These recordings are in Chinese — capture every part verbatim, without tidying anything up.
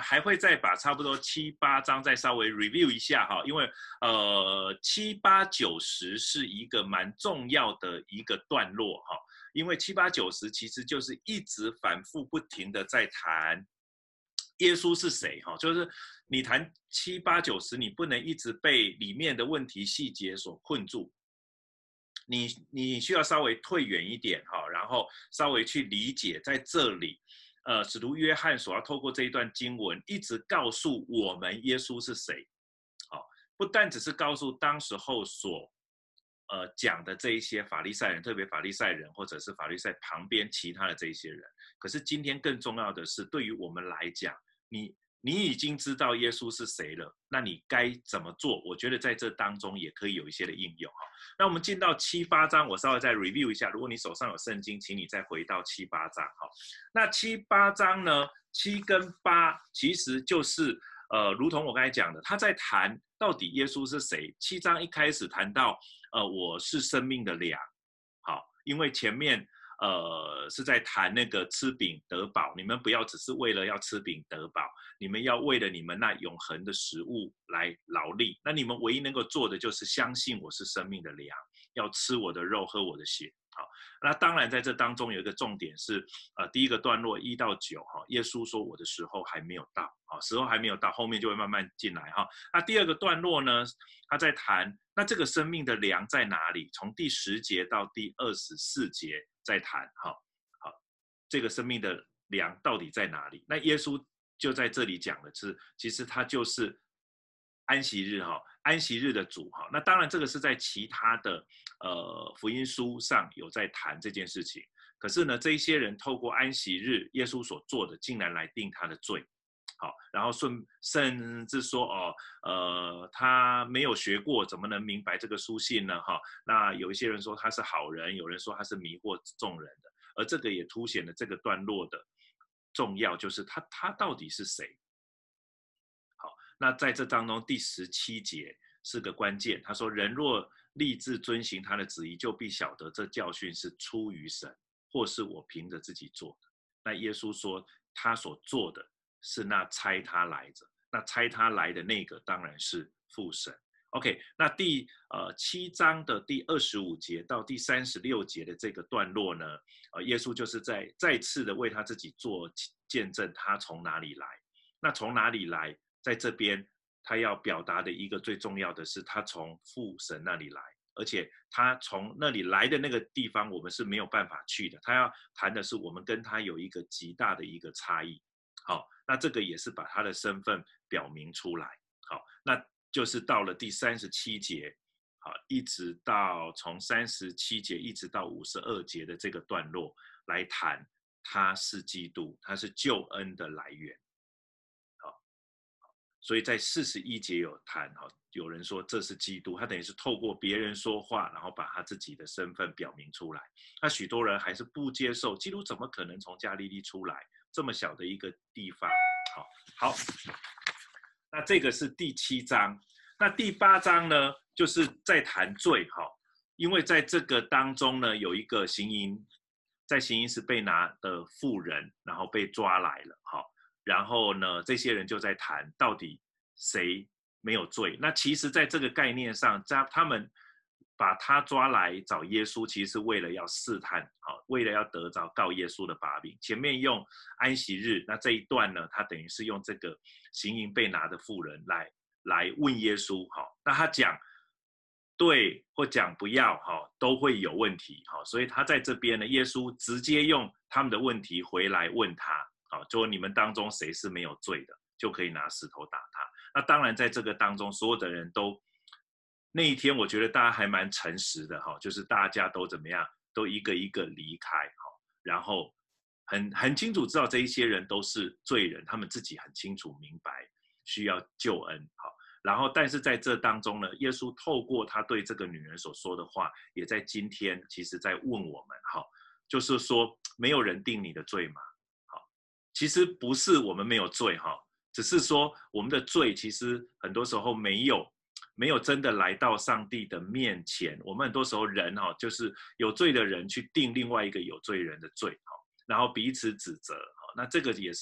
还会再把差不多七八章再稍微 review 一下哈，因为呃七八九十是一个蛮重要的一个段落哈，因为七八九十其实就是一直反复不停的在谈耶稣是谁哈，就是你谈七八九十，你不能一直被里面的问题细节所困住。你你需要稍微退远一点哈，然后稍微去理解在这里，呃，使徒约翰所要透过这一段经文，一直告诉我们耶稣是谁，好，不但只是告诉当时候所呃讲的这一些法利赛人，特别法利赛人或者是法利赛旁边其他的这一些人，可是今天更重要的是，对于我们来讲，你。你已经知道耶稣是谁了，那你该怎么做？我觉得在这当中也可以有一些的应用哈。那我们进到七八章，我稍微再 review 一下。如果你手上有圣经，请你再回到七八章哈。那七八章呢，七跟八其实就是呃，如同我刚才讲的，他在谈到底耶稣是谁。七章一开始谈到呃，我是生命的粮，好，因为前面。呃，是在谈那个吃饼得饱，你们不要只是为了要吃饼得饱，你们要为了你们那永恒的食物来劳力。那你们唯一能够做的就是相信我是生命的粮，要吃我的肉，喝我的血。好，那当然在这当中有一个重点是，呃，第一个段落一到九哈，耶稣说我的时候还没有到，好，时候还没有到，后面就会慢慢进来哈。那第二个段落呢，他在谈那这个生命的粮在哪里？从第十节到第二十四节在谈，好，好，这个生命的粮到底在哪里？那耶稣就在这里讲的是，其实他就是安息日哈，安息日的主哈。那当然这个是在其他的呃福音书上有在谈这件事情。可是呢，这一些人透过安息日耶稣所做的，竟然来定他的罪。好，然后顺甚至说哦，呃，他没有学过，怎么能明白这个书信呢？哈，那有一些人说他是好人，有人说他是迷惑众人的，而这个也凸显了这个段落的重要，就是他他到底是谁？好，那在这当中第十七节是个关键，他说：人若立志遵行他的旨意，就必晓得这教训是出于神，或是我凭着自己做的。那耶稣说他所做的。是那差他来着，那差他来的那个当然是父神。OK， 那第呃七章的第二十五节到第三十六节的这个段落呢，呃，耶稣就是在再次的为他自己做见证，他从哪里来？那从哪里来？在这边他要表达的一个最重要的是，他从父神那里来，而且他从那里来的那个地方，我们是没有办法去的。他要谈的是我们跟他有一个极大的一个差异。好，那这个也是把他的身份表明出来。好，那就是到了第三十七节，好，一直到从三十七节一直到五十二节的这个段落来谈，他是基督，他是救恩的来源。好，所以在四十一节有谈，好，有人说这是基督，他等于是透过别人说话，然后把他自己的身份表明出来。那许多人还是不接受，基督怎么可能从加利利出来？这么小的一个地方，好，好，那这个是第七章。那第八章呢，就是在谈罪哈，因为在这个当中呢，有一个行淫，在行淫时被拿的妇人，然后被抓来了哈，然后呢，这些人就在谈到底谁没有罪。那其实，在这个概念上，他们把他抓来找耶稣，其实是为了要试探，好，为了要得着告耶稣的把柄。前面用安息日，那这一段呢，他等于是用这个行淫被拿的妇人来来问耶稣，好，那他讲对或讲不要，好，都会有问题，好，所以他在这边呢，耶稣直接用他们的问题回来问他，好，就说你们当中谁是没有罪的，就可以拿石头打他。那当然在这个当中，所有的人都。那一天，我觉得大家还蛮诚实的哈，就是大家都怎么样，都一个一个离开哈，然后很很清楚知道这一些人都是罪人，他们自己很清楚明白需要救恩哈。然后，但是在这当中呢，耶稣透过他对这个女人所说的话，也在今天其实在问我们哈，就是说没有人定你的罪嘛，好，其实不是我们没有罪哈，只是说我们的罪其实很多时候没有。没有真的来到上帝的面前，我们很多时候人哈，就是有罪的人去定另外一个有罪人的罪哈，然后彼此指责哈，那这个也是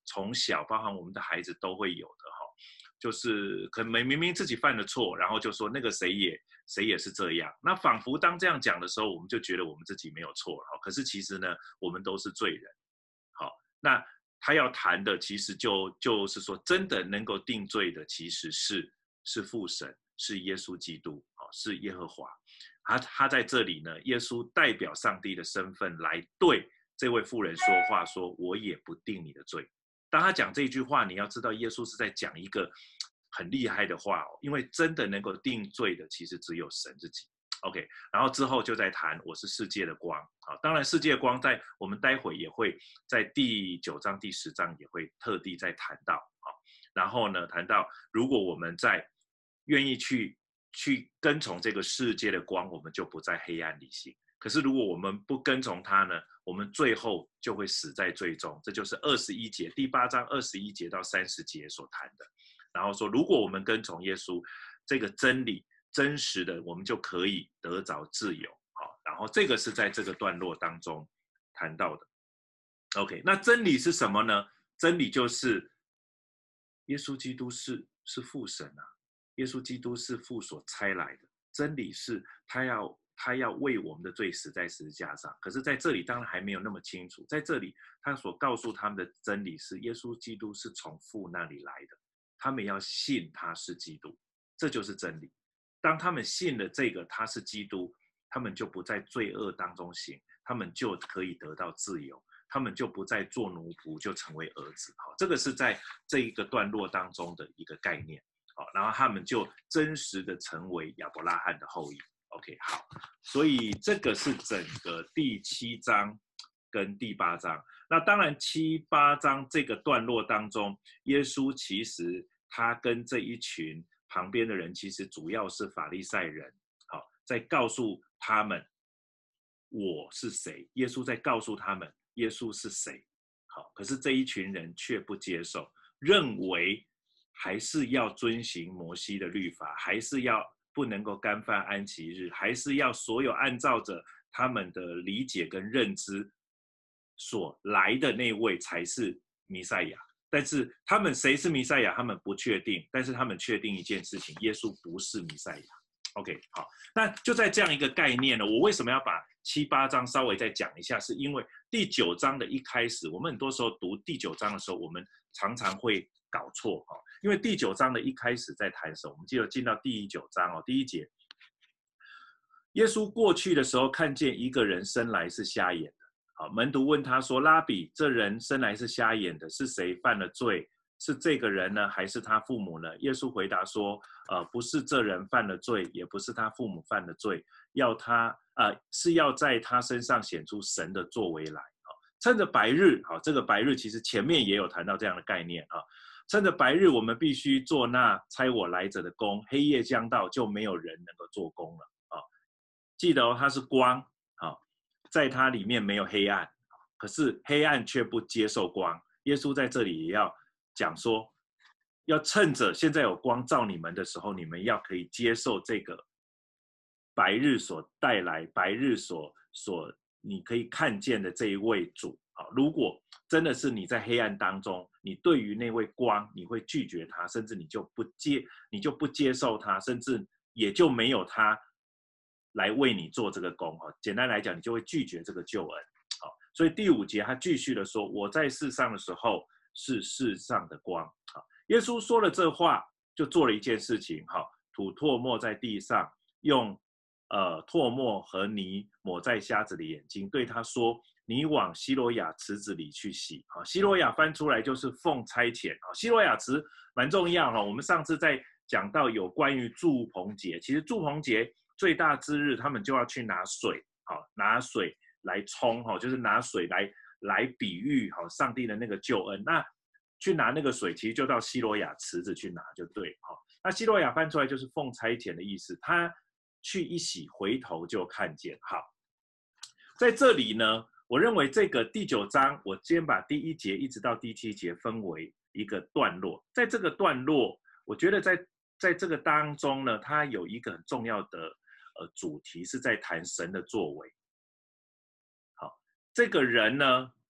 从小包含我们的孩子都会有的哈，就是可能明明自己犯了错，然后就说那个谁也谁也是这样，那仿佛当这样讲的时候，我们就觉得我们自己没有错了，可是其实呢，我们都是罪人。好，那他要谈的其实就就是说，真的能够定罪的其实是是父神，是耶稣基督，是耶和华。他他在这里呢，耶稣代表上帝的身份来对这位妇人说话，说我也不定你的罪。当他讲这句话，你要知道耶稣是在讲一个很厉害的话哦，因为真的能够定罪的其实只有神自己。OK， 然后之后就在谈我是世界的光啊，当然世界的光在我们待会也会在第九章第十章也会特地再谈到啊，然后呢谈到如果我们在愿意去去跟从这个世界的光，我们就不在黑暗里行。可是如果我们不跟从它呢，我们最后就会死在罪中。这就是二十一节第八章二十一节到三十节所谈的。然后说，如果我们跟从耶稣这个真理真实的，我们就可以得着自由。好，然后这个是在这个段落当中谈到的。OK， 那真理是什么呢？真理就是耶稣基督是是父神啊，耶稣基督是父所差来的。真理是他要他要为我们的罪死在十字架上。可是在这里当然还没有那么清楚，在这里他所告诉他们的真理是耶稣基督是从父那里来的，他们要信他是基督，这就是真理。当他们信了这个他是基督，他们就不在罪恶当中行，他们就可以得到自由，他们就不再做奴仆，就成为儿子。这个是在这一个段落当中的一个概念，然后他们就真实的成为亚伯拉罕的后裔。OK， 好，所以这个是整个第七章跟第八章。那当然七八章这个段落当中，耶稣其实他跟这一群旁边的人其实主要是法利赛人，好，在告诉他们我是谁，耶稣在告诉他们耶稣是谁。好，可是这一群人却不接受，认为还是要遵行摩西的律法，还是要不能够干犯安息日，还是要所有按照着他们的理解跟认知所来的那位才是弥赛亚。但是他们谁是弥赛亚，他们不确定，但是他们确定一件事情，耶稣不是弥赛亚。OK， 好，那就在这样一个概念呢，我为什么要把七八章稍微再讲一下，是因为第九章的一开始，我们很多时候读第九章的时候，我们常常会搞错，因为第九章的一开始在谈什么？我们记得进到第九章哦，第一节，耶稣过去的时候，看见一个人生来是瞎眼的。好，门徒问他说：“拉比，这人生来是瞎眼的，是谁犯了罪？是这个人呢，还是他父母呢？”耶稣回答说：“呃，不是这人犯了罪，也不是他父母犯了罪，要他呃是要在他身上显出神的作为来。好，趁着白日，好，这个白日其实前面也有谈到这样的概念啊。趁着白日，我们必须做那差我来者的工；黑夜将到，就没有人能够做工了。啊，记得哦，他是光，好，在他里面没有黑暗，可是黑暗却不接受光。耶稣在这里也要讲说，要趁着现在有光照你们的时候，你们要可以接受这个白日所带来，白日所所你可以看见的这一位主。好，如果真的是你在黑暗当中，你对于那位光，你会拒绝他，甚至你就不接，你就不接受他，甚至也就没有他来为你做这个工。简单来讲，你就会拒绝这个救恩。好，所以第五节他继续的说：“我在世上的时候是世上的光。”好，耶稣说了这话，就做了一件事情。好，吐唾沫在地上，用呃唾沫和泥抹在瞎子的眼睛，对他说：“你往西罗亚池子里去洗。”好，西罗亚翻出来就是奉差遣。好，西罗亚池蛮重要哈。我们上次在讲到有关于住棚节，其实住棚节最大之日，他们就要去拿水，好，拿水来冲，哈，就是拿水来来比喻，好，上帝的那个救恩。那去拿那个水，其实就到西罗亚池子去拿就对，好。那西罗亚翻出来就是奉差遣的意思，他去一洗，回头就看见。好，在这里呢，我认为这个第九章，我今天把第一节一直到第七节分为一个段落。在这个段落，我觉得在在这个当中呢，它有一个很重要的呃主题是在谈神的作为。好，这个人呢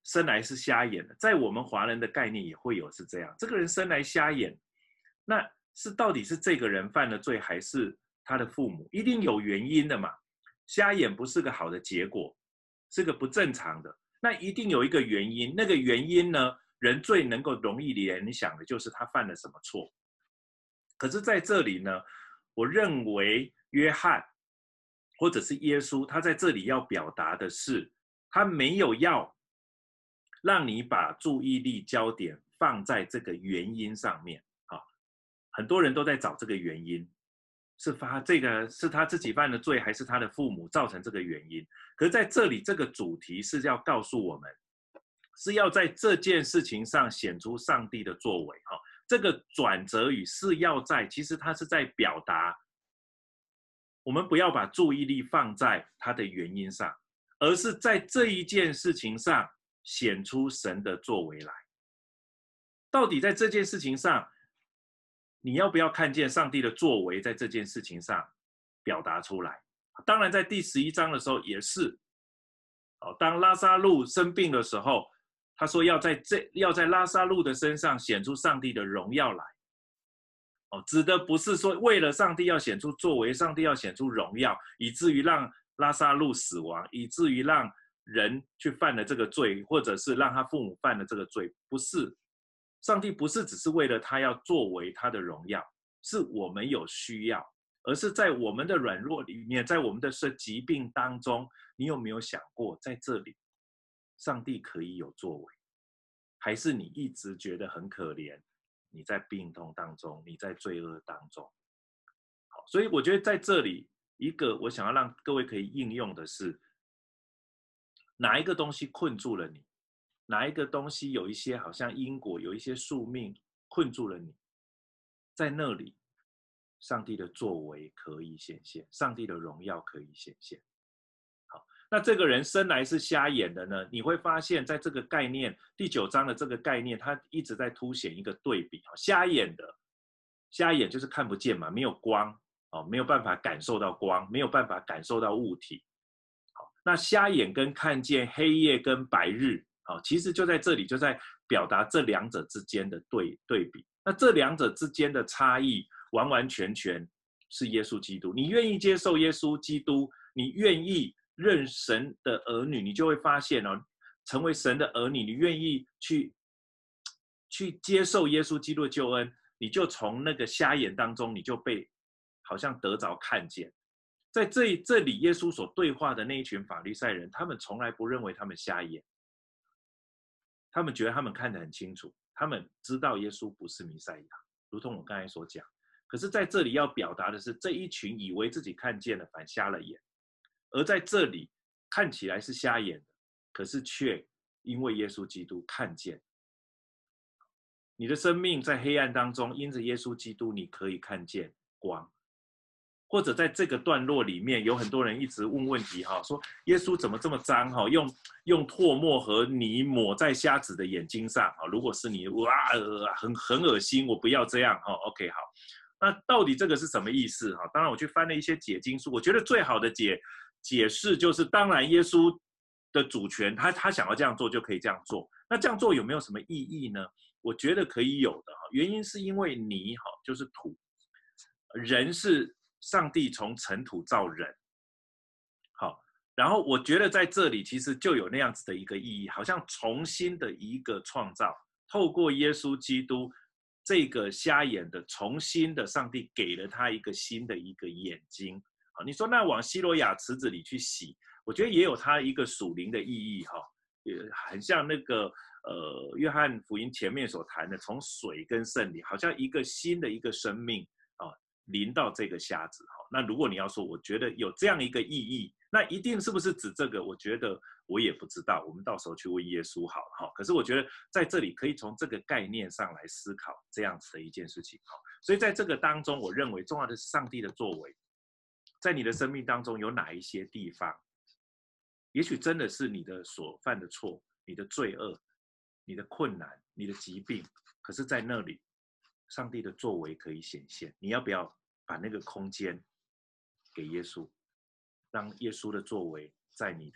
生来是瞎眼的，在我们华人的概念也会有是这样，这个人生来瞎眼，那是到底是这个人犯了罪，还是他的父母？一定有原因的嘛。瞎眼不是个好的结果，是个不正常的，那一定有一个原因。那个原因呢，人最能够容易联想的就是他犯了什么错。可是在这里呢，我认为约翰或者是耶稣，他在这里要表达的是，他没有要让你把注意力焦点放在这个原因上面。啊，很多人都在找这个原因，是发这个是他自己犯的罪，还是他的父母造成这个原因？可是在这里，这个主题是要告诉我们，是要在这件事情上显出上帝的作为。哈，这个转折语是要在，其实他是在表达，我们不要把注意力放在它的原因上，而是在这一件事情上显出神的作为来。到底在这件事情上，你要不要看见上帝的作为在这件事情上表达出来？当然，在第十一章的时候也是。当拉撒路生病的时候，他说要在这要在拉撒路的身上显出上帝的荣耀来。哦，指的不是说为了上帝要显出作为，上帝要显出荣耀，以至于让拉撒路死亡，以至于让人去犯了这个罪，或者是让他父母犯了这个罪。不是，上帝不是只是为了他要作为他的荣耀，是我们有需要，而是在我们的软弱里面，在我们的疾病当中，你有没有想过，在这里上帝可以有作为？还是你一直觉得很可怜，你在病痛当中，你在罪恶当中？好，所以我觉得在这里一个我想要让各位可以应用的是，哪一个东西困住了你？哪一个东西有一些好像因果，有一些宿命困住了你？在那里，上帝的作为可以显现，上帝的荣耀可以显现。好，那这个人生来是瞎眼的呢？你会发现在这个概念，第九章的这个概念，它一直在凸显一个对比。瞎眼的，瞎眼就是看不见嘛，没有光，没有办法感受到光，没有办法感受到物体。好，那瞎眼跟看见，黑夜跟白日，好，其实就在这里，就在表达这两者之间的对对比。那这两者之间的差异，完完全全是耶稣基督。你愿意接受耶稣基督，你愿意认神的儿女，你就会发现哦，成为神的儿女，你愿意去去接受耶稣基督的救恩，你就从那个瞎眼当中，你就被好像得着看见。在这这里，耶稣所对话的那一群法利赛人，他们从来不认为他们瞎眼，他们觉得他们看得很清楚，他们知道耶稣不是弥赛亚，如同我刚才所讲。可是在这里要表达的是，这一群以为自己看见了，反瞎了眼；而在这里看起来是瞎眼的，可是却因为耶稣基督看见。你的生命在黑暗当中，因着耶稣基督，你可以看见光。或者在这个段落里面，有很多人一直问问题哈，说耶稣怎么这么脏哈？用用唾沫和泥抹在瞎子的眼睛上啊！如果是你，哇，呃、很很恶心，我不要这样哈。OK， 好，那到底这个是什么意思哈？当然，我去翻了一些解经书，我觉得最好的解解释就是，当然耶稣的主权，他他想要这样做就可以这样做。那这样做有没有什么意义呢？我觉得可以有的哈，原因是因为泥哈就是土，人是上帝从尘土造人，好，然后我觉得在这里其实就有那样子的一个意义，好像重新的一个创造，透过耶稣基督这个瞎眼的，重新的上帝给了他一个新的一个眼睛。好，你说那往西罗亚池子里去洗，我觉得也有它一个属灵的意义哈，也很像那个呃约翰福音前面所谈的，从水跟圣灵，好像一个新的一个生命啊临到这个瞎子哈。那如果你要说，我觉得有这样一个意义，那一定是不是指这个？我觉得我也不知道，我们到时候去问耶稣好了哈。可是我觉得在这里可以从这个概念上来思考这样子的一件事情哈。所以在这个当中，我认为重要的是上帝的作为。在你的生命当中有哪一些地方，也许真的是你的所犯的错，你的罪恶，你的困难，你的疾病，可是在那里上帝的作为可以显现。你要不要把那个空间给耶稣，让耶稣的作为在你的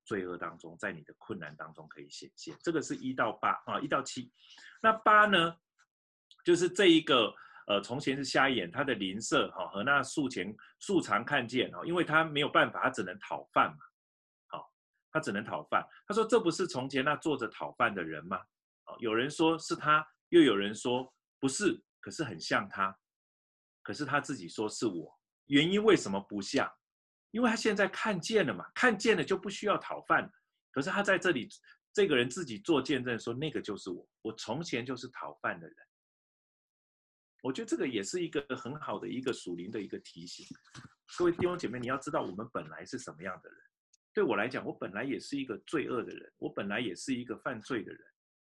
罪恶当中，在你的困难当中可以显现。这个是一到八啊，一到七。那八呢，就是这一个呃，从前是瞎眼，他的邻舍哈、哦、和那素前素常看见哈、哦，因为他没有办法，他只能讨饭嘛，好、哦，他只能讨饭。他说这不是从前那坐着讨饭的人吗？哦，有人说是他，又有人说不是，可是很像他，可是他自己说是我。原因为什么不像？因为他现在看见了嘛，看见了就不需要讨饭。可是他在这里，这个人自己做见证说，那个就是我，我从前就是讨饭的人。我觉得这个也是一个很好的一个属灵的一个提醒。各位弟兄姐妹，你要知道我们本来是什么样的人。对我来讲，我本来也是一个罪恶的人，我本来也是一个犯罪的人。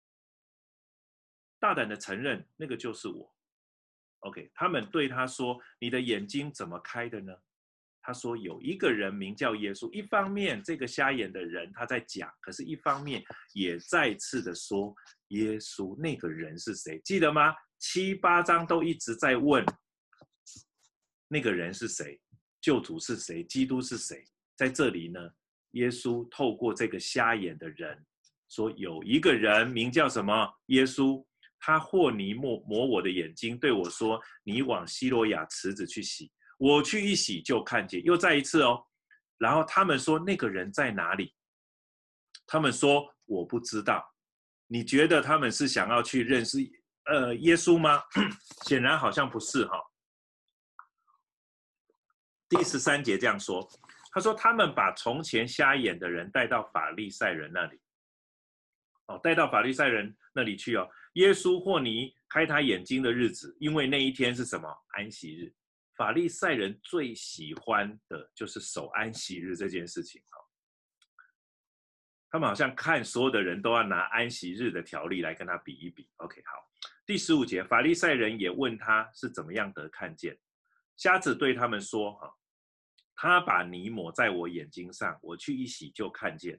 大胆的承认，那个就是我。OK， 他们对他说：“你的眼睛怎么开的呢？”他说：“有一个人名叫耶稣。”一方面，这个瞎眼的人他在讲，可是一方面也再次的说：“耶稣那个人是谁？”记得吗？七八章都一直在问那个人是谁，救主是谁，基督是谁。在这里呢，耶稣透过这个瞎眼的人说：“有一个人名叫什么？耶稣。”他和泥抹抹我的眼睛，对我说：“你往西罗亚池子去洗。”我去一洗就看见，又再一次哦。然后他们说：“那个人在哪里？”他们说：“我不知道。”你觉得他们是想要去认识呃耶稣吗？显然好像不是哈、哦。第十三节这样说，他说：“他们把从前瞎眼的人带到法利赛人那里。”哦，带到法利赛人那里去哦。耶稣或尼开他眼睛的日子，因为那一天是什么？安息日。法利赛人最喜欢的就是守安息日这件事情。他们好像看所有的人都要拿安息日的条例来跟他比一比。OK， 好。第十五节，法利赛人也问他是怎么样得看见。瞎子对他们说：“哈，他把泥抹在我眼睛上，我去一洗就看见。”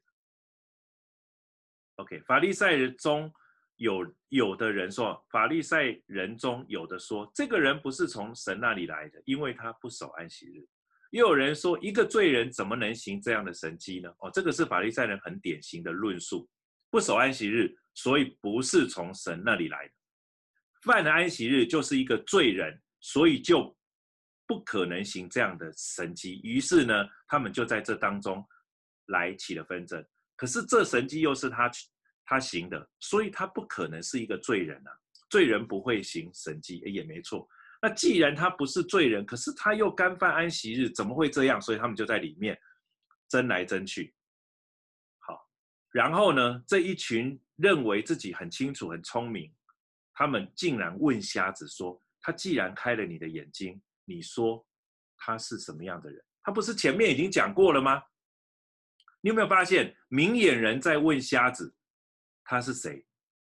OK， 法利赛人中有有的人说，法利赛人中有的说，这个人不是从神那里来的，因为他不守安息日。又有人说，一个罪人怎么能行这样的神迹呢？哦，这个是法利赛人很典型的论述，不守安息日，所以不是从神那里来的。犯了安息日就是一个罪人，所以就不可能行这样的神迹。于是呢，他们就在这当中来起了纷争。可是这神迹又是他他行的，所以他不可能是一个罪人啊。罪人不会行神迹，也没错。那既然他不是罪人，可是他又干犯安息日，怎么会这样？所以他们就在里面争来争去。好，然后呢，这一群认为自己很清楚、很聪明，他们竟然问瞎子说：“他既然开了你的眼睛，你说他是什么样的人？”他不是前面已经讲过了吗？你有没有发现，明眼人在问瞎子，他是谁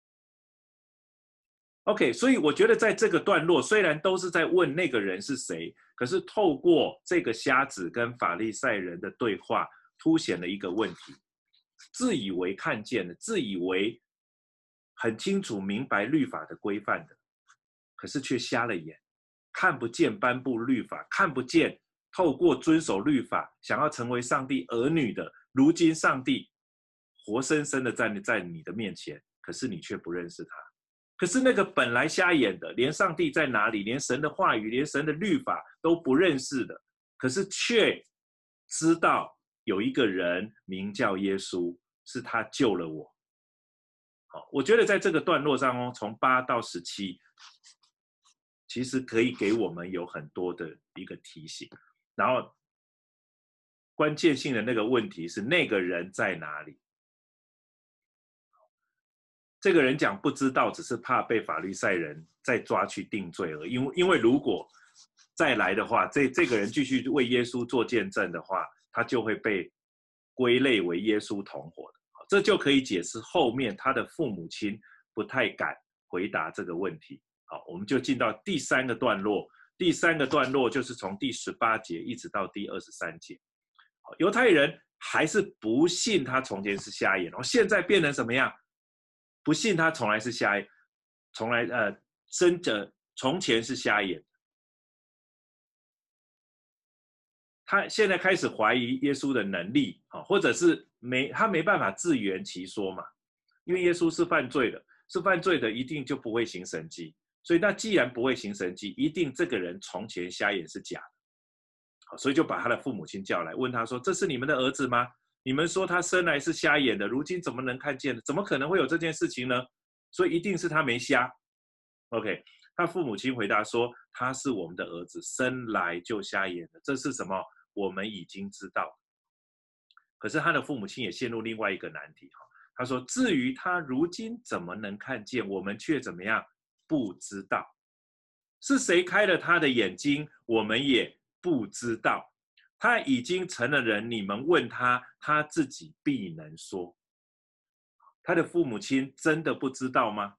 ？OK， 所以我觉得在这个段落，虽然都是在问那个人是谁，可是透过这个瞎子跟法利赛人的对话，凸显了一个问题：自以为看见了，自以为很清楚明白律法的规范的，可是却瞎了眼，看不见颁布律法，看不见透过遵守律法，想要成为上帝儿女的。如今上帝活生生的站在你的面前，可是你却不认识他。可是那个本来瞎眼的，连上帝在哪里，连神的话语，连神的律法都不认识的，可是却知道有一个人名叫耶稣，是他救了我。好，我觉得在这个段落上哦，从八到十七，其实可以给我们有很多的一个提醒。然后关键性的那个问题是那个人在哪里？这个人讲不知道，只是怕被法利赛人再抓去定罪了。因为因为如果再来的话，这这个人继续为耶稣做见证的话，他就会被归类为耶稣同伙的。这就可以解释后面他的父母亲不太敢回答这个问题。好，我们就进到第三个段落。第三个段落就是从第十八节一直到第二十三节。犹太人还是不信他从前是瞎眼，然后现在变成什么样？不信他从来是瞎眼，从来呃真的从前是瞎眼。他现在开始怀疑耶稣的能力，或者是没他没办法自圆其说嘛，因为耶稣是犯罪的，是犯罪的一定就不会行神迹，所以那既然不会行神迹，一定这个人从前瞎眼是假的，好，所以就把他的父母亲叫来，问他说：“这是你们的儿子吗？你们说他生来是瞎眼的，如今怎么能看见呢？怎么可能会有这件事情呢？所以一定是他没瞎。” OK， 他父母亲回答说：“他是我们的儿子，生来就瞎眼的，这是什么？我们已经知道。”可是他的父母亲也陷入另外一个难题哈，他说：“至于他如今怎么能看见，我们却怎么样不知道？是谁开了他的眼睛，我们也不知道。他已经成了人，你们问他，他自己必能说。”他的父母亲真的不知道吗？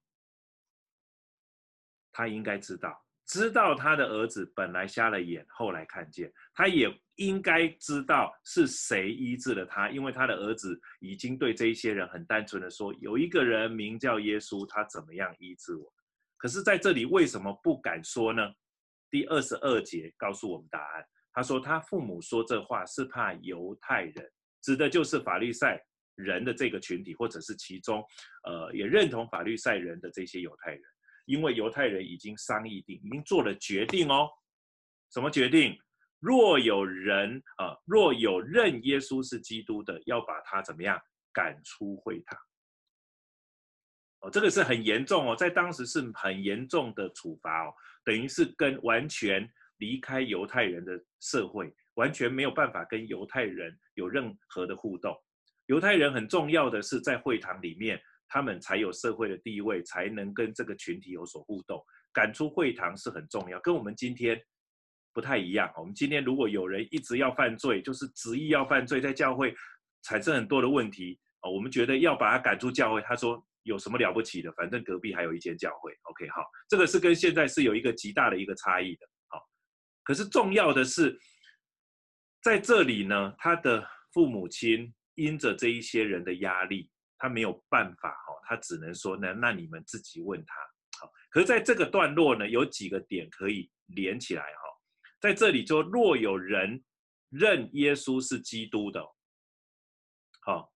他应该知道，知道他的儿子本来瞎了眼，后来看见。他也应该知道是谁医治了他，因为他的儿子已经对这一些人很单纯的说，有一个人名叫耶稣，他怎么样医治我。可是在这里为什么不敢说呢？第二十二节告诉我们答案，他说他父母说这话是怕犹太人，指的就是法利赛人的这个群体，或者是其中呃也认同法利赛人的这些犹太人，因为犹太人已经商议定，已经做了决定哦。什么决定？若有人啊、呃，若有认耶稣是基督的，要把他怎么样赶出会堂。哦，这个是很严重哦，在当时是很严重的处罚哦，等于是跟完全离开犹太人的社会，完全没有办法跟犹太人有任何的互动。犹太人很重要的是在会堂里面，他们才有社会的地位，才能跟这个群体有所互动。赶出会堂是很重要，跟我们今天不太一样。我们今天如果有人一直要犯罪，就是执意要犯罪，在教会产生很多的问题，我们觉得要把他赶出教会，他说有什么了不起的？反正隔壁还有一间教会。OK， 好，这个是跟现在是有一个极大的一个差异的。好，可是重要的是，在这里呢，他的父母亲因着这一些人的压力，他没有办法，他只能说那那你们自己问他。好，可是在这个段落呢，有几个点可以连起来。在这里说，若有人认耶稣是基督的，好，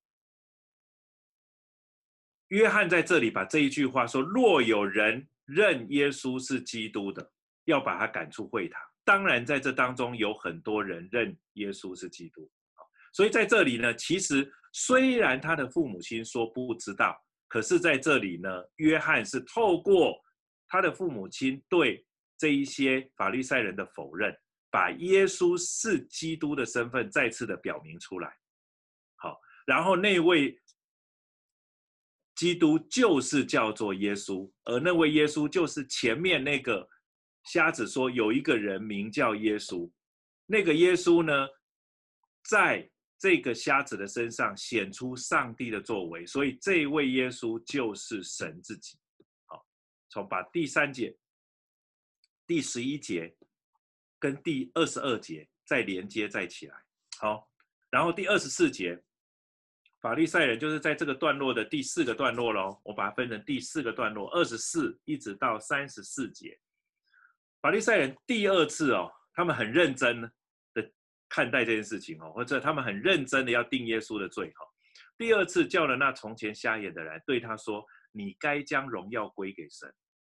约翰在这里把这一句话说，若有人认耶稣是基督的，要把他赶出会堂。当然在这当中有很多人认耶稣是基督，所以在这里呢，其实虽然他的父母亲说不知道，可是在这里呢，约翰是透过他的父母亲对这一些法利赛人的否认，把耶稣是基督的身份再次的表明出来。好，然后那位基督就是叫做耶稣，而那位耶稣就是前面那个瞎子说有一个人名叫耶稣，那个耶稣呢，在这个瞎子的身上显出上帝的作为，所以这位耶稣就是神自己。好，从把第三节、第十一节跟第二十二节再连接在起来。好，然后第二十四节。法利赛人就是在这个段落的第四个段落咯，我把它分成第四个段落，二十四一直到三十四节。法利赛人第二次哦，他们很认真的看待这件事情哦，或者他们很认真的要定耶稣的罪哈。第二次叫了那从前瞎眼的人，对他说：“你该将荣耀归给神。”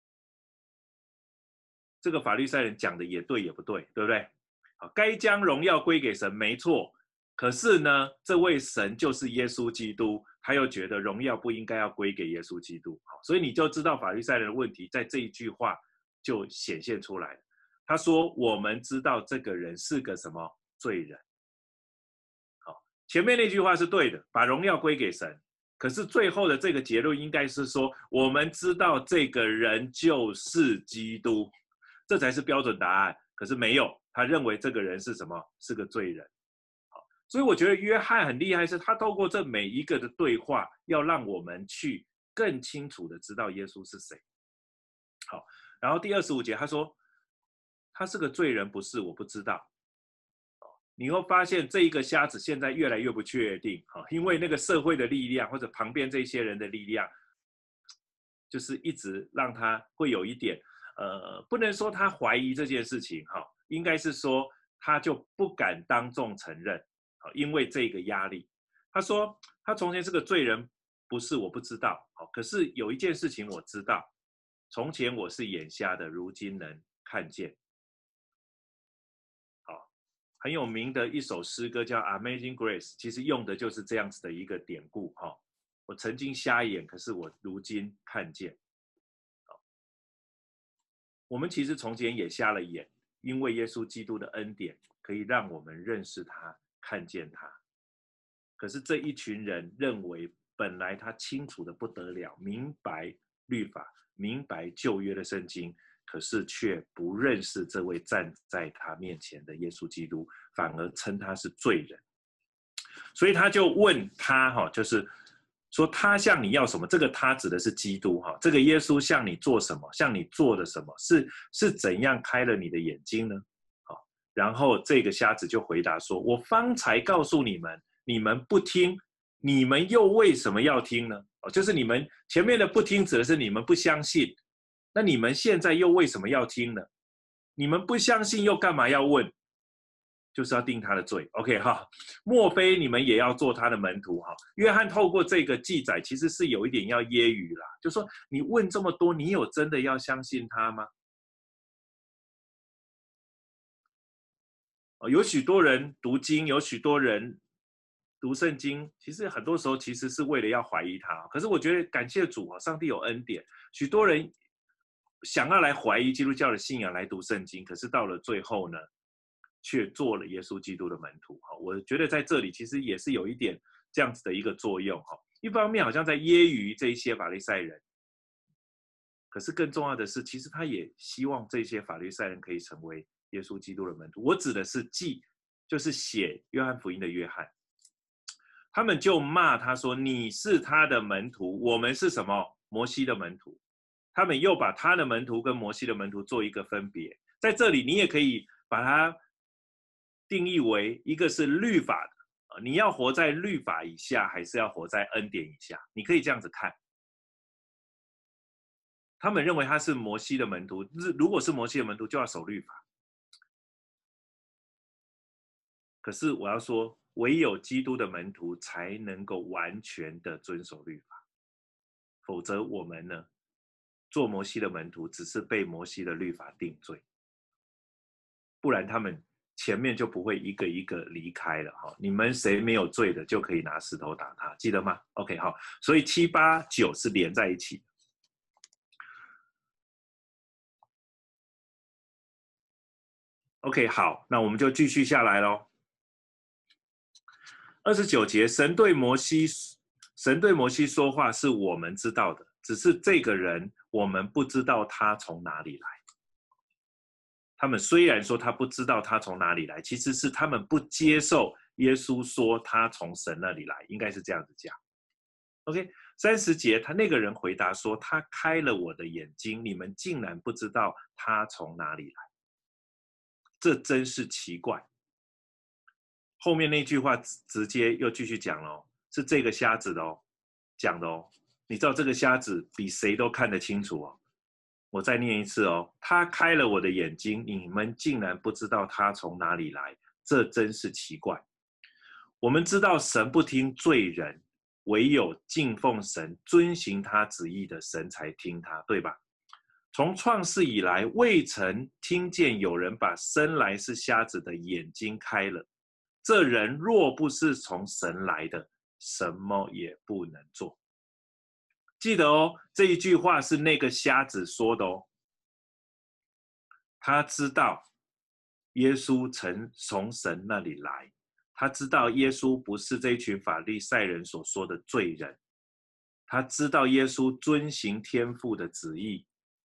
这个法利赛人讲的也对也不对，对不对？好，该将荣耀归给神，没错。可是呢，这位神就是耶稣基督，他又觉得荣耀不应该要归给耶稣基督，所以你就知道法利赛人的问题在这一句话就显现出来了。他说：“我们知道这个人是个什么罪人。”好，前面那句话是对的，把荣耀归给神。可是最后的这个结论应该是说，我们知道这个人就是基督，这才是标准答案。可是没有，他认为这个人是什么？是个罪人。所以我觉得约翰很厉害，是他透过这每一个的对话，要让我们去更清楚的知道耶稣是谁。好，然后第二十五节他说，他是个罪人，不是？我不知道。你会发现这一个瞎子现在越来越不确定，因为那个社会的力量或者旁边这些人的力量，就是一直让他会有一点，呃，不能说他怀疑这件事情，应该是说他就不敢当众承认。因为这个压力， 他说他从前是个罪人，不是我不知道，好，可是有一件事情我知道，从前我是眼瞎的，如今能看见。好，很有名的一首诗歌叫《Amazing Grace》，其实用的就是这样子的一个典故。哈，我曾经瞎眼，可是我如今看见。我们其实从前也瞎了眼，因为耶稣基督的恩典可以让我们认识他，看见他。可是这一群人认为，本来他清楚的不得了，明白律法，明白旧约的圣经，可是却不认识这位站在他面前的耶稣基督，反而称他是罪人。所以他就问他，就是说他向你要什么？这个他指的是基督，这个耶稣向你做什么？向你做的什么？是是怎样开了你的眼睛呢？然后这个瞎子就回答说：我方才告诉你们，你们不听，你们又为什么要听呢？就是你们前面的不听指的是你们不相信，那你们现在又为什么要听呢？你们不相信又干嘛要问？就是要定他的罪。 OK 哈，莫非你们也要做他的门徒哈？约翰透过这个记载其实是有一点要揶揄啦，就说你问这么多，你有真的要相信他吗？有许多人读经，有许多人读圣经，其实很多时候其实是为了要怀疑他。可是我觉得感谢主，上帝有恩典，许多人想要来怀疑基督教的信仰来读圣经，可是到了最后呢，却做了耶稣基督的门徒。我觉得在这里其实也是有一点这样子的一个作用。一方面好像在揶揄这些法利赛人，可是更重要的是，其实他也希望这些法利赛人可以成为耶稣基督的门徒。我指的是记，就是写约翰福音的约翰，他们就骂他说：你是他的门徒，我们是什么？摩西的门徒。他们又把他的门徒跟摩西的门徒做一个分别。在这里你也可以把它定义为一个是律法的，你要活在律法以下，还是要活在恩典以下？你可以这样子看。他们认为他是摩西的门徒，如果是摩西的门徒就要守律法。可是我要说，唯有基督的门徒才能够完全的遵守律法，否则我们呢，做摩西的门徒只是被摩西的律法定罪，不然他们前面就不会一个一个离开了。你们谁没有罪的，就可以拿石头打他，记得吗 ？OK 好，所以七八九是连在一起的。OK 好，那我们就继续下来咯。二十九节，神对摩西，神对摩西说话是我们知道的，只是这个人我们不知道他从哪里来。他们虽然说他不知道他从哪里来，其实是他们不接受耶稣说他从神那里来，应该是这样子讲。OK， 三十节，他那个人回答说：他开了我的眼睛，你们竟然不知道他从哪里来，这真是奇怪。后面那句话直接又继续讲了，是这个瞎子的哦讲的哦。你知道这个瞎子比谁都看得清楚哦。我再念一次哦，他开了我的眼睛，你们竟然不知道他从哪里来，这真是奇怪。我们知道神不听罪人，唯有敬奉神、遵行他旨意的神才听他，对吧？从创世以来，未曾听见有人把生来是瞎子的眼睛开了。这人若不是从神来的，什么也不能做。记得哦，这一句话是那个瞎子说的哦。他知道耶稣曾从神那里来，他知道耶稣不是这群法利赛人所说的罪人，他知道耶稣遵行天父的旨意，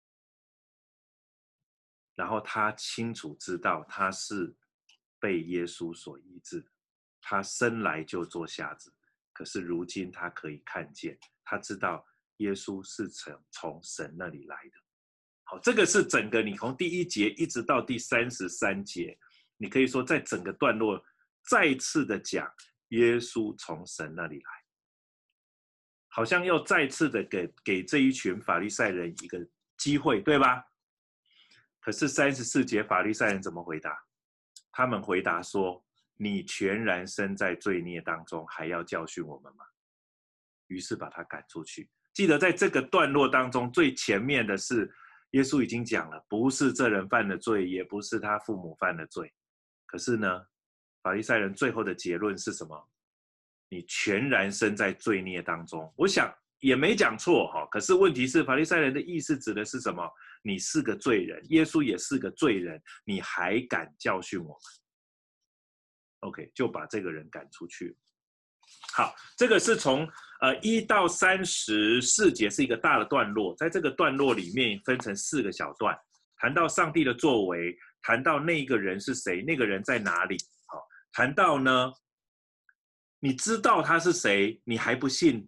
然后他清楚知道他是被耶稣所医治的。他生来就做瞎子，可是如今他可以看见，他知道耶稣是从神那里来的。好，这个是整个你从第一节一直到第三十三节，你可以说在整个段落再次的讲耶稣从神那里来，好像要再次的给给这一群法利赛人一个机会，对吧？可是三十四节法利赛人怎么回答？他们回答说： 你全然身在罪孽当中，还要教训我们吗？于是把他赶出去。记得在这个段落当中，最前面的是耶稣已经讲了，不是这人犯了罪，也不是他父母犯了罪。可是呢，法利赛人最后的结论是什么？你全然身在罪孽当中。我想也没讲错哈，可是问题是，法利赛人的意思指的是什么？你是个罪人，耶稣也是个罪人，你还敢教训我们 ？OK， 就把这个人赶出去。好，这个是从呃一到三十四节是一个大的段落，在这个段落里面分成四个小段，谈到上帝的作为，谈到那个人是谁，那个人在哪里，好，谈到呢，你知道他是谁，你还不信，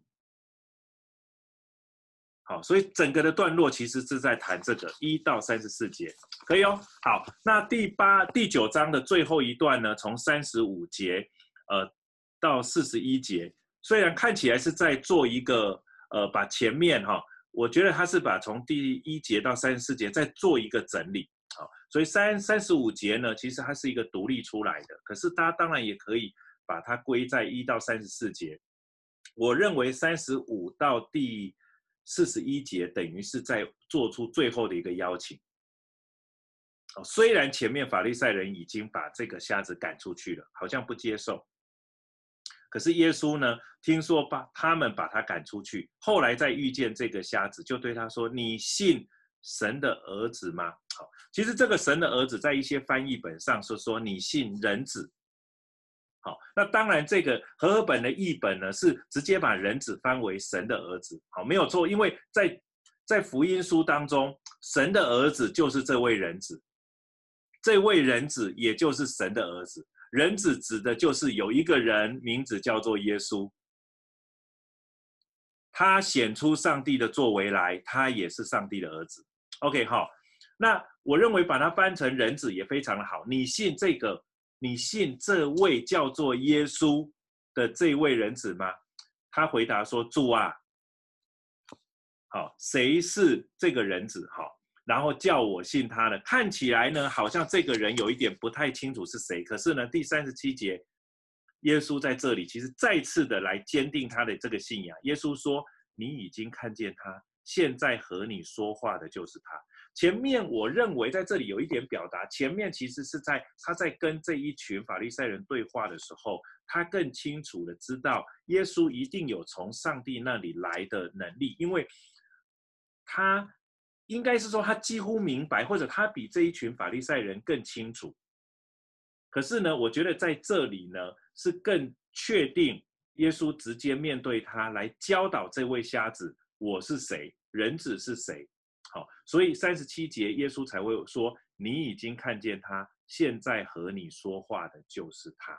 好，所以整个的段落其实是在谈这个一到三十四节，可以哦。好，那第八、第九章的最后一段呢，从三十五节呃到四十一节，虽然看起来是在做一个呃把前面哈、哦，我觉得他是把从第一节到三十四节再做一个整理，好，所以三三十五节呢，其实它是一个独立出来的，可是大家当然也可以把它归在一到三十四节。我认为三十五到第四十一节等于是在做出最后的一个邀请。虽然前面法利赛人已经把这个瞎子赶出去了，好像不接受，可是耶稣呢，听说把他们把他赶出去，后来再遇见这个瞎子，就对他说：“你信神的儿子吗？”好，其实这个神的儿子在一些翻译本上是说你信人子。好，那当然，这个和合本的译本呢是直接把人子翻为神的儿子，好，没有错，因为在在福音书当中，神的儿子就是这位人子，这位人子也就是神的儿子，人子指的就是有一个人名字叫做耶稣，他显出上帝的作为来，他也是上帝的儿子。OK， 好，那我认为把它翻成人子也非常的好，你信这个？你信这位叫做耶稣的这位人子吗？他回答说：“主啊，好，谁是这个人子？好，然后叫我信他的。看起来呢，好像这个人有一点不太清楚是谁。可是呢，第三十七节，耶稣在这里其实再次的来坚定他的这个信仰。耶稣说：你已经看见他，现在和你说话的就是他。”前面我认为在这里有一点表达，前面其实是在他在跟这一群法利赛人对话的时候，他更清楚的知道耶稣一定有从上帝那里来的能力，因为他应该是说他几乎明白，或者他比这一群法利赛人更清楚。可是呢，我觉得在这里呢是更确定耶稣直接面对他来教导这位瞎子，我是谁，人子是谁。好，所以三十七节耶稣才会说：“你已经看见他，现在和你说话的就是他。”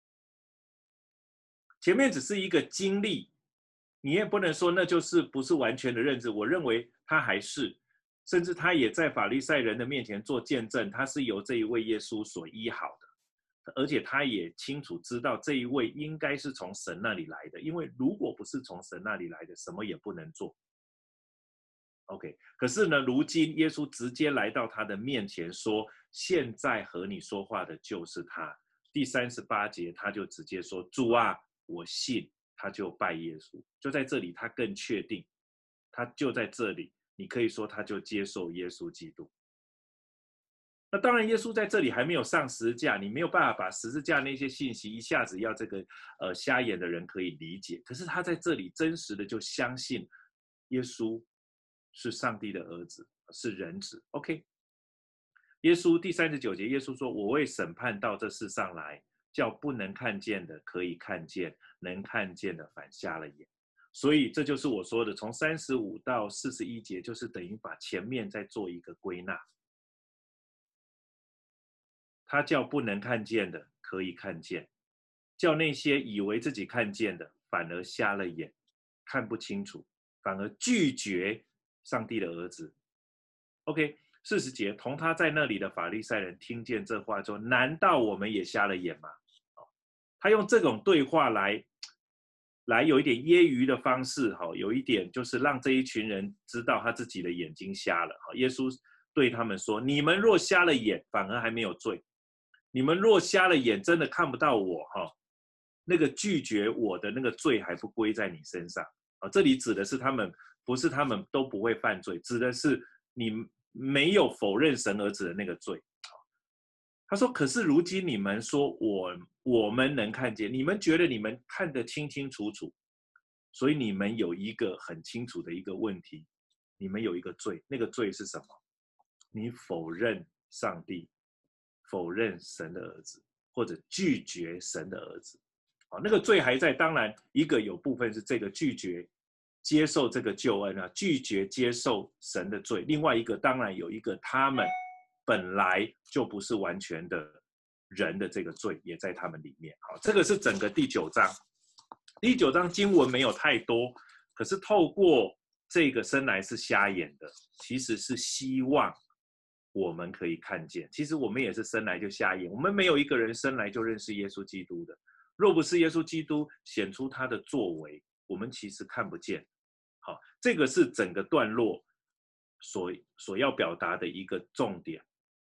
前面只是一个经历，你也不能说那就是不是完全的认知。我认为他还是，甚至他也在法利赛人的面前做见证，他是由这一位耶稣所医好的，而且他也清楚知道这一位应该是从神那里来的，因为如果不是从神那里来的，什么也不能做。OK， 可是呢，如今耶稣直接来到他的面前说：“现在和你说话的就是他。”第三十八节，他就直接说：“主啊，我信。”他就拜耶稣。就在这里，他更确定，他就在这里，你可以说他就接受耶稣基督。那当然，耶稣在这里还没有上十字架，你没有办法把十字架那些信息一下子要这个呃瞎眼的人可以理解。可是他在这里真实的就相信耶稣是上帝的儿子，是人子。OK， 耶稣第三十九节，耶稣说：“我为审判到这世上来，叫不能看见的可以看见，能看见的反瞎了眼。”所以这就是我说的，从三十五到四十一节，就是等于把前面再做一个归纳。他叫不能看见的可以看见，叫那些以为自己看见的反而瞎了眼，看不清楚，反而拒绝上帝的儿子。OK， 四十节，同他在那里的法利赛人听见这话说：“难道我们也瞎了眼吗？”他用这种对话来，来有一点揶揄的方式，有一点就是让这一群人知道他自己的眼睛瞎了。耶稣对他们说：“你们若瞎了眼，反而还没有罪； 你们若瞎了眼，真的看不到我哈、哦，那个拒绝我的那个罪还不归在你身上啊。这里指的是他们，不是他们都不会犯罪，指的是你没有否认神儿子的那个罪。他说：“可是如今你们说我我们能看见，你们觉得你们看得清清楚楚，所以你们有一个很清楚的一个问题，你们有一个罪，那个罪是什么？你否认上帝，否认神的儿子，或者拒绝神的儿子。好，那个罪还在。当然，一个有部分是这个拒绝接受这个救恩啊，拒绝接受神的罪。另外一个，当然有一个他们。”本来就不是完全的人的这个罪也在他们里面。好，这个是整个第九章。第九章经文没有太多，可是透过这个生来是瞎眼的，其实是希望我们可以看见。其实我们也是生来就瞎眼，我们没有一个人生来就认识耶稣基督的。若不是耶稣基督显出他的作为，我们其实看不见。好，这个是整个段落所所要表达的一个重点。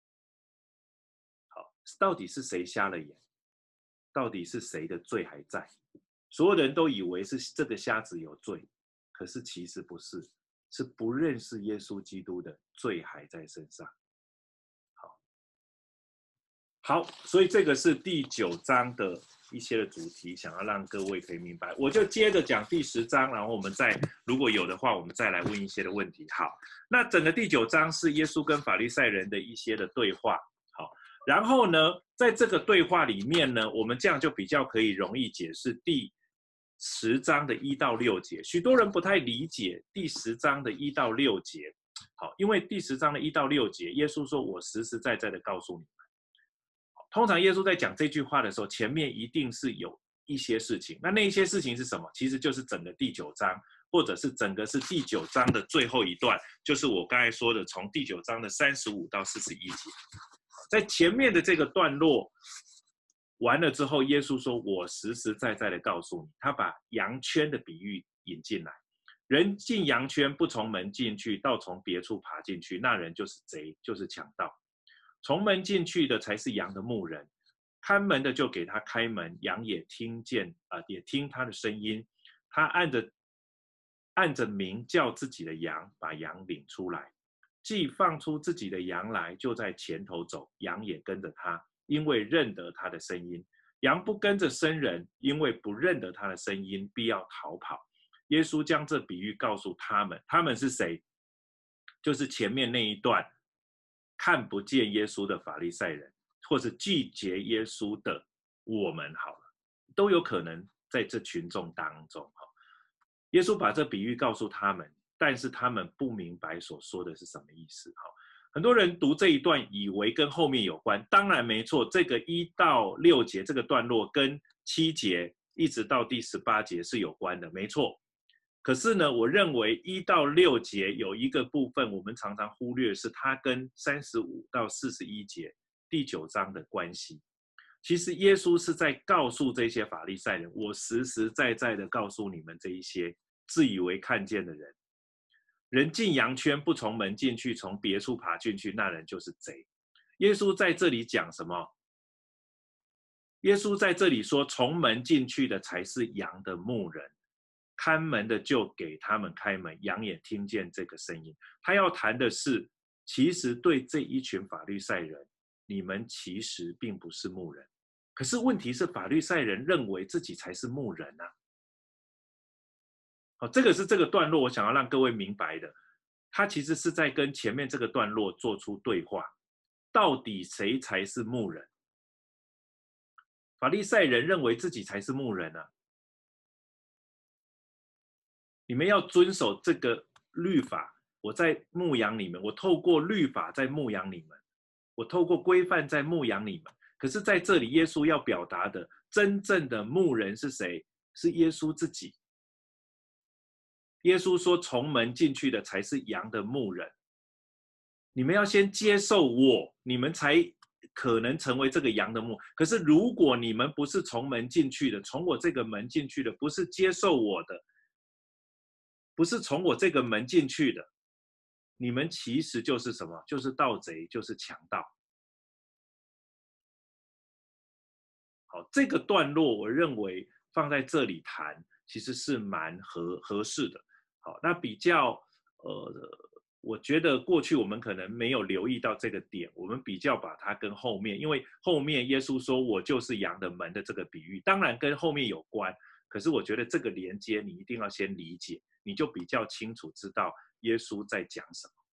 到底是谁瞎了眼？到底是谁的罪还在？所有人都以为是这个瞎子有罪，可是其实不是，是不认识耶稣基督的罪还在身上。好，好，所以这个是第九章的一些的主题，想要让各位可以明白。我就接着讲第十章，然后我们再如果有的话，我们再来问一些的问题。好，那整个第九章是耶稣跟法利赛人的一些的对话。然后呢，在这个对话里面呢，我们这样就比较可以容易解释第十章的一到六节。许多人不太理解第十章的一到六节，好，因为第十章的一到六节，耶稣说：“我实实在在的告诉你们。”通常耶稣在讲这句话的时候，前面一定是有一些事情。那那一些事情是什么？其实就是整个第九章，或者是整个是第九章的最后一段，就是我刚才说的，从第九章的三十五到四十一节。在前面的这个段落完了之后，耶稣说：“我实实在在的告诉你。”他把羊圈的比喻引进来。人进羊圈，不从门进去，倒从别处爬进去，那人就是贼，就是强盗。从门进去的才是羊的牧人，看门的就给他开门，羊也听见啊、呃，也听他的声音。他按着按着名叫自己的羊，把羊领出来。既放出自己的羊来，就在前头走，羊也跟着他，因为认得他的声音。羊不跟着生人，因为不认得他的声音，必要逃跑。耶稣将这比喻告诉他们，他们是谁？就是前面那一段看不见耶稣的法利赛人，或是拒绝耶稣的我们，好了，都有可能在这群众当中。耶稣把这比喻告诉他们，但是他们不明白所说的是什么意思。很多人读这一段以为跟后面有关，当然没错，这个一到六节这个段落跟七节一直到第十八节是有关的，没错。可是呢，我认为一到六节有一个部分我们常常忽略，是它跟三十五到四十一节第九章的关系。其实耶稣是在告诉这些法利赛人，我实实在在的告诉你们这一些自以为看见的人，人进羊圈不从门进去，从别处爬进去，那人就是贼。耶稣在这里讲什么？耶稣在这里说，从门进去的才是羊的牧人，看门的就给他们开门，羊也听见这个声音。他要谈的是，其实对这一群法利赛人，你们其实并不是牧人。可是问题是，法利赛人认为自己才是牧人啊。好，这个是这个段落我想要让各位明白的，他其实是在跟前面这个段落做出对话，到底谁才是牧人？法利赛人认为自己才是牧人啊，你们要遵守这个律法，我在牧养你们，我透过律法在牧养你们，我透过规范在牧养你们。可是在这里耶稣要表达的真正的牧人是谁？是耶稣自己。耶稣说，从门进去的才是羊的牧人，你们要先接受我，你们才可能成为这个羊的牧。可是如果你们不是从门进去的，从我这个门进去的，不是接受我的，不是从我这个门进去的，你们其实就是什么？就是盗贼，就是强盗。 好，这个段落我认为放在这里谈，其实是蛮合合适的。好，那比较呃，我觉得过去我们可能没有留意到这个点，我们比较把它跟后面，因为后面耶稣说我就是羊的门的这个比喻，当然跟后面有关，可是我觉得这个连接你一定要先理解，你就比较清楚知道耶稣在讲什么。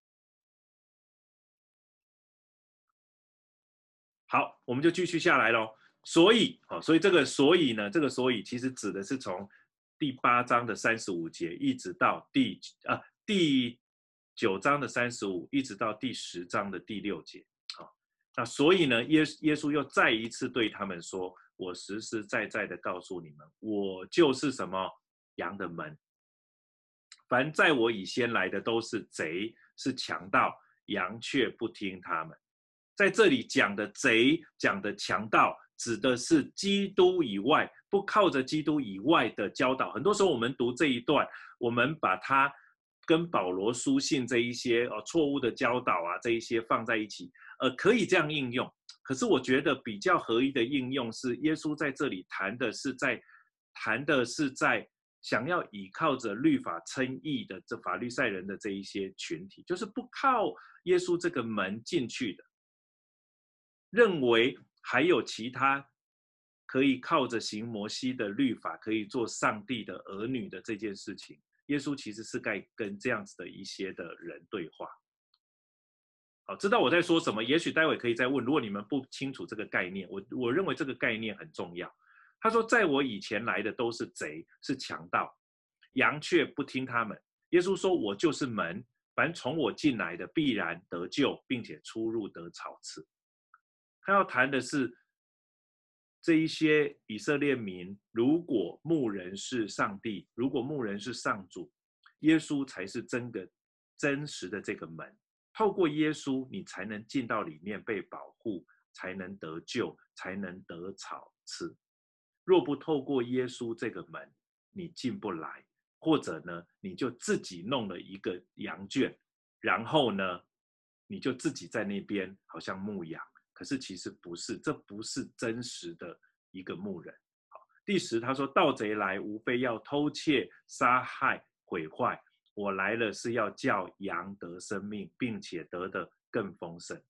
好，我们就继续下来咯。所以，哦，所以这个所以呢，这个所以其实指的是从第八章的三十五节一直到第啊第九章的三十五，一直到第十章的第六节。好，哦，那所以呢，耶耶稣又再一次对他们说：“我实实在在的告诉你们，我就是什么羊的门。凡在我以先来的都是贼，是强盗，羊却不听他们。”在这里讲的贼，讲的强盗，指的是基督以外，不靠着基督以外的教导。很多时候我们读这一段，我们把它跟保罗书信这一些哦错误的教导啊，这一些放在一起，呃，可以这样应用。可是我觉得比较合一的应用是，耶稣在这里谈的是在谈的是在想要倚靠着律法称义的这法律赛人的这一些群体，就是不靠耶稣这个门进去的。认为还有其他可以靠着行摩西的律法可以做上帝的儿女的这件事情，耶稣其实是该跟这样子的一些的人对话。好，知道我在说什么，也许待会可以再问，如果你们不清楚这个概念，我我认为这个概念很重要。他说在我以前来的都是贼，是强盗，羊却不听他们。耶稣说我就是门，凡从我进来的必然得救，并且出入得草吃。他要谈的是这一些以色列民，如果牧人是上帝，如果牧人是上主，耶稣才是真的真实的这个门。透过耶稣，你才能进到里面被保护，才能得救，才能得草吃。若不透过耶稣这个门，你进不来，或者呢，你就自己弄了一个羊圈，然后呢，你就自己在那边好像牧羊。可是其实不是，这不是真实的一个牧人。好，第十，他说：“盗贼来，无非要偷窃、杀害、毁坏。我来了，是要叫羊得生命，并且得的更丰盛。”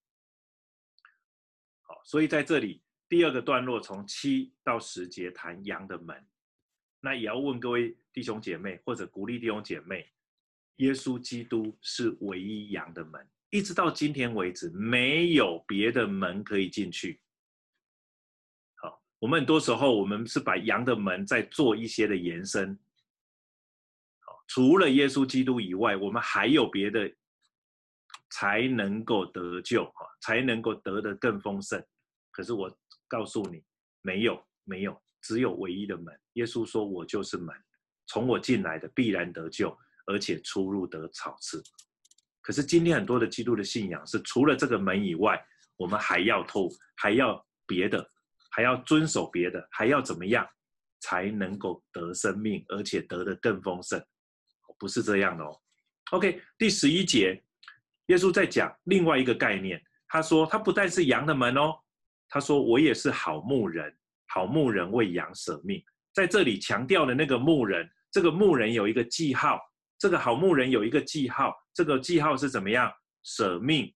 好，所以在这里第二个段落从七到十节谈羊的门。那也要问各位弟兄姐妹，或者鼓励弟兄姐妹，耶稣基督是唯一羊的门。一直到今天为止，没有别的门可以进去。好，我们很多时候我们是把羊的门在做一些的延伸。好，除了耶稣基督以外，我们还有别的才能够得救，才能够得得更丰盛。可是我告诉你，没有，没有，只有唯一的门。耶稣说：“我就是门，从我进来的必然得救，而且出入得草吃。”可是今天很多的基督的信仰是除了这个门以外，我们还要偷，还要别的，还要遵守别的，还要怎么样才能够得生命，而且得得更丰盛？不是这样的哦。OK， 第十一节，耶稣在讲另外一个概念，他说他不但是羊的门哦，他说我也是好牧人，好牧人为羊舍命。在这里强调的那个牧人，这个牧人有一个记号。这个好牧人有一个记号，这个记号是怎么样？舍命。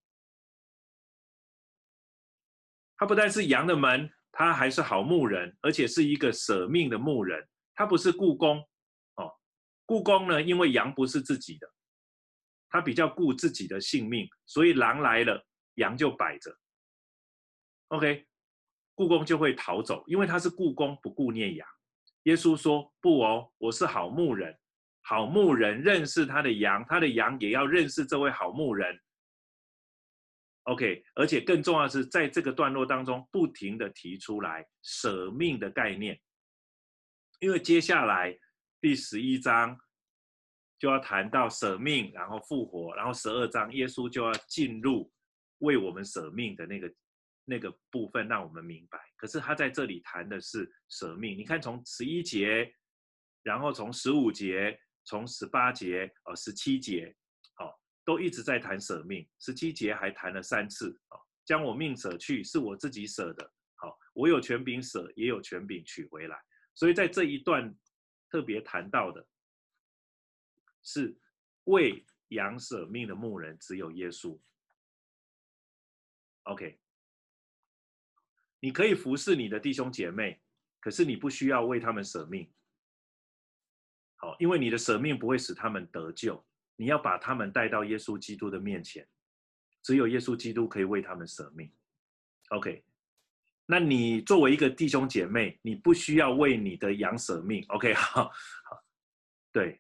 他不但是羊的门，他还是好牧人，而且是一个舍命的牧人。他不是雇工哦，雇工呢，因为羊不是自己的，他比较顾自己的性命，所以狼来了，羊就摆着。OK， 雇工就会逃走，因为他是雇工，不顾念羊。耶稣说：“不哦，我是好牧人。”好牧人认识他的羊，他的羊也要认识这位好牧人。OK， 而且更重要的是，在这个段落当中，不停的提出来舍命的概念，因为接下来第十一章就要谈到舍命，然后复活，然后十二章耶稣就要进入为我们舍命的那个那个部分，让我们明白。可是他在这里谈的是舍命，你看从十一节，然后从十五节。从十八节、呃十七节，哦，都一直在谈舍命。十七节还谈了三次，哦，将我命舍去，是我自己舍的， 好，我有权柄舍，也有权柄取回来。所以在这一段特别谈到的是为羊舍命的牧人只有耶稣。OK， 你可以服侍你的弟兄姐妹，可是你不需要为他们舍命。好，因为你的舍命不会使他们得救，你要把他们带到耶稣基督的面前，只有耶稣基督可以为他们舍命。OK， 那你作为一个弟兄姐妹，你不需要为你的羊舍命。OK， 好，好，对，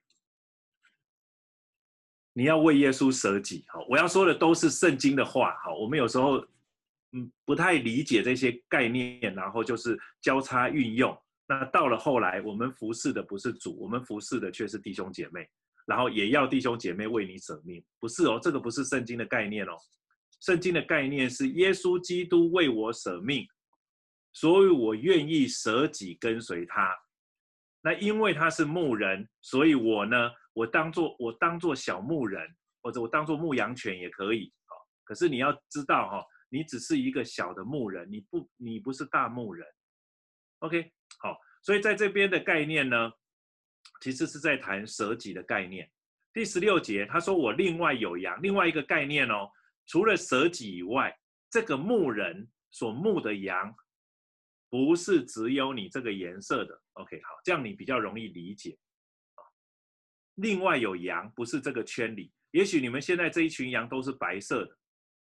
你要为耶稣舍己。好，我要说的都是圣经的话。好，我们有时候嗯不太理解这些概念，然后就是交叉运用。那到了后来，我们服侍的不是主，我们服侍的却是弟兄姐妹，然后也要弟兄姐妹为你舍命，不是哦，这个不是圣经的概念哦。圣经的概念是耶稣基督为我舍命，所以我愿意舍己跟随他。那因为他是牧人，所以我呢，我当做我当做小牧人，或者我当做牧羊犬也可以。可是你要知道哈，你只是一个小的牧人，你不你不是大牧人。OK， 好，所以在这边的概念呢，其实是在谈舍己的概念。第十六节他说我另外有羊，另外一个概念哦，除了舍己以外，这个牧人所牧的羊不是只有你这个颜色的。 OK， 好，这样你比较容易理解。另外有羊不是这个圈里，也许你们现在这一群羊都是白色的，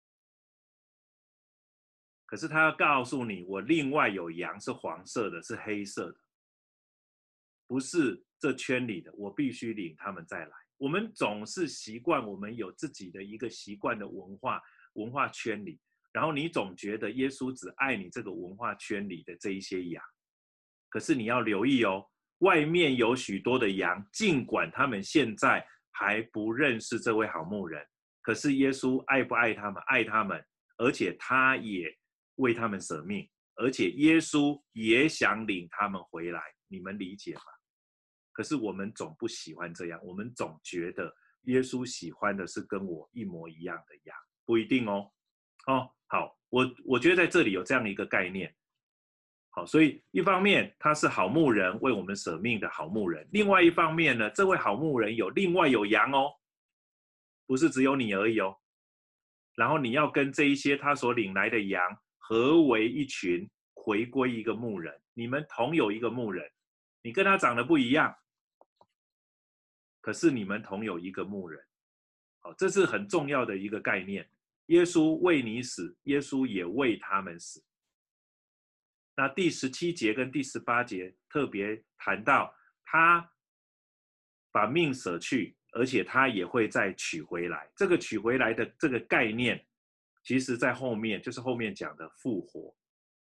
可是他要告诉你，我另外有羊是黄色的，是黑色的，不是这圈里的，我必须领他们再来。我们总是习惯，我们有自己的一个习惯的文化文化圈里，然后你总觉得耶稣只爱你这个文化圈里的这一些羊。可是你要留意哦，外面有许多的羊，尽管他们现在还不认识这位好牧人，可是耶稣爱不爱他们？爱他们，而且他也为他们舍命，而且耶稣也想领他们回来。你们理解吗？可是我们总不喜欢这样，我们总觉得耶稣喜欢的是跟我一模一样的羊，不一定哦。哦，好，我我觉得在这里有这样一个概念。好，所以一方面他是好牧人，为我们舍命的好牧人；另外一方面呢，这位好牧人有另外有羊哦，不是只有你而已哦。然后你要跟这一些他所领来的羊合为一群，回归一个牧人，你们同有一个牧人，你跟他长得不一样，可是你们同有一个牧人。好，这是很重要的一个概念。耶稣为你死，耶稣也为他们死。那第十七节跟第十八节特别谈到，他把命舍去，而且他也会再取回来。这个取回来的这个概念，其实在后面就是后面讲的复活。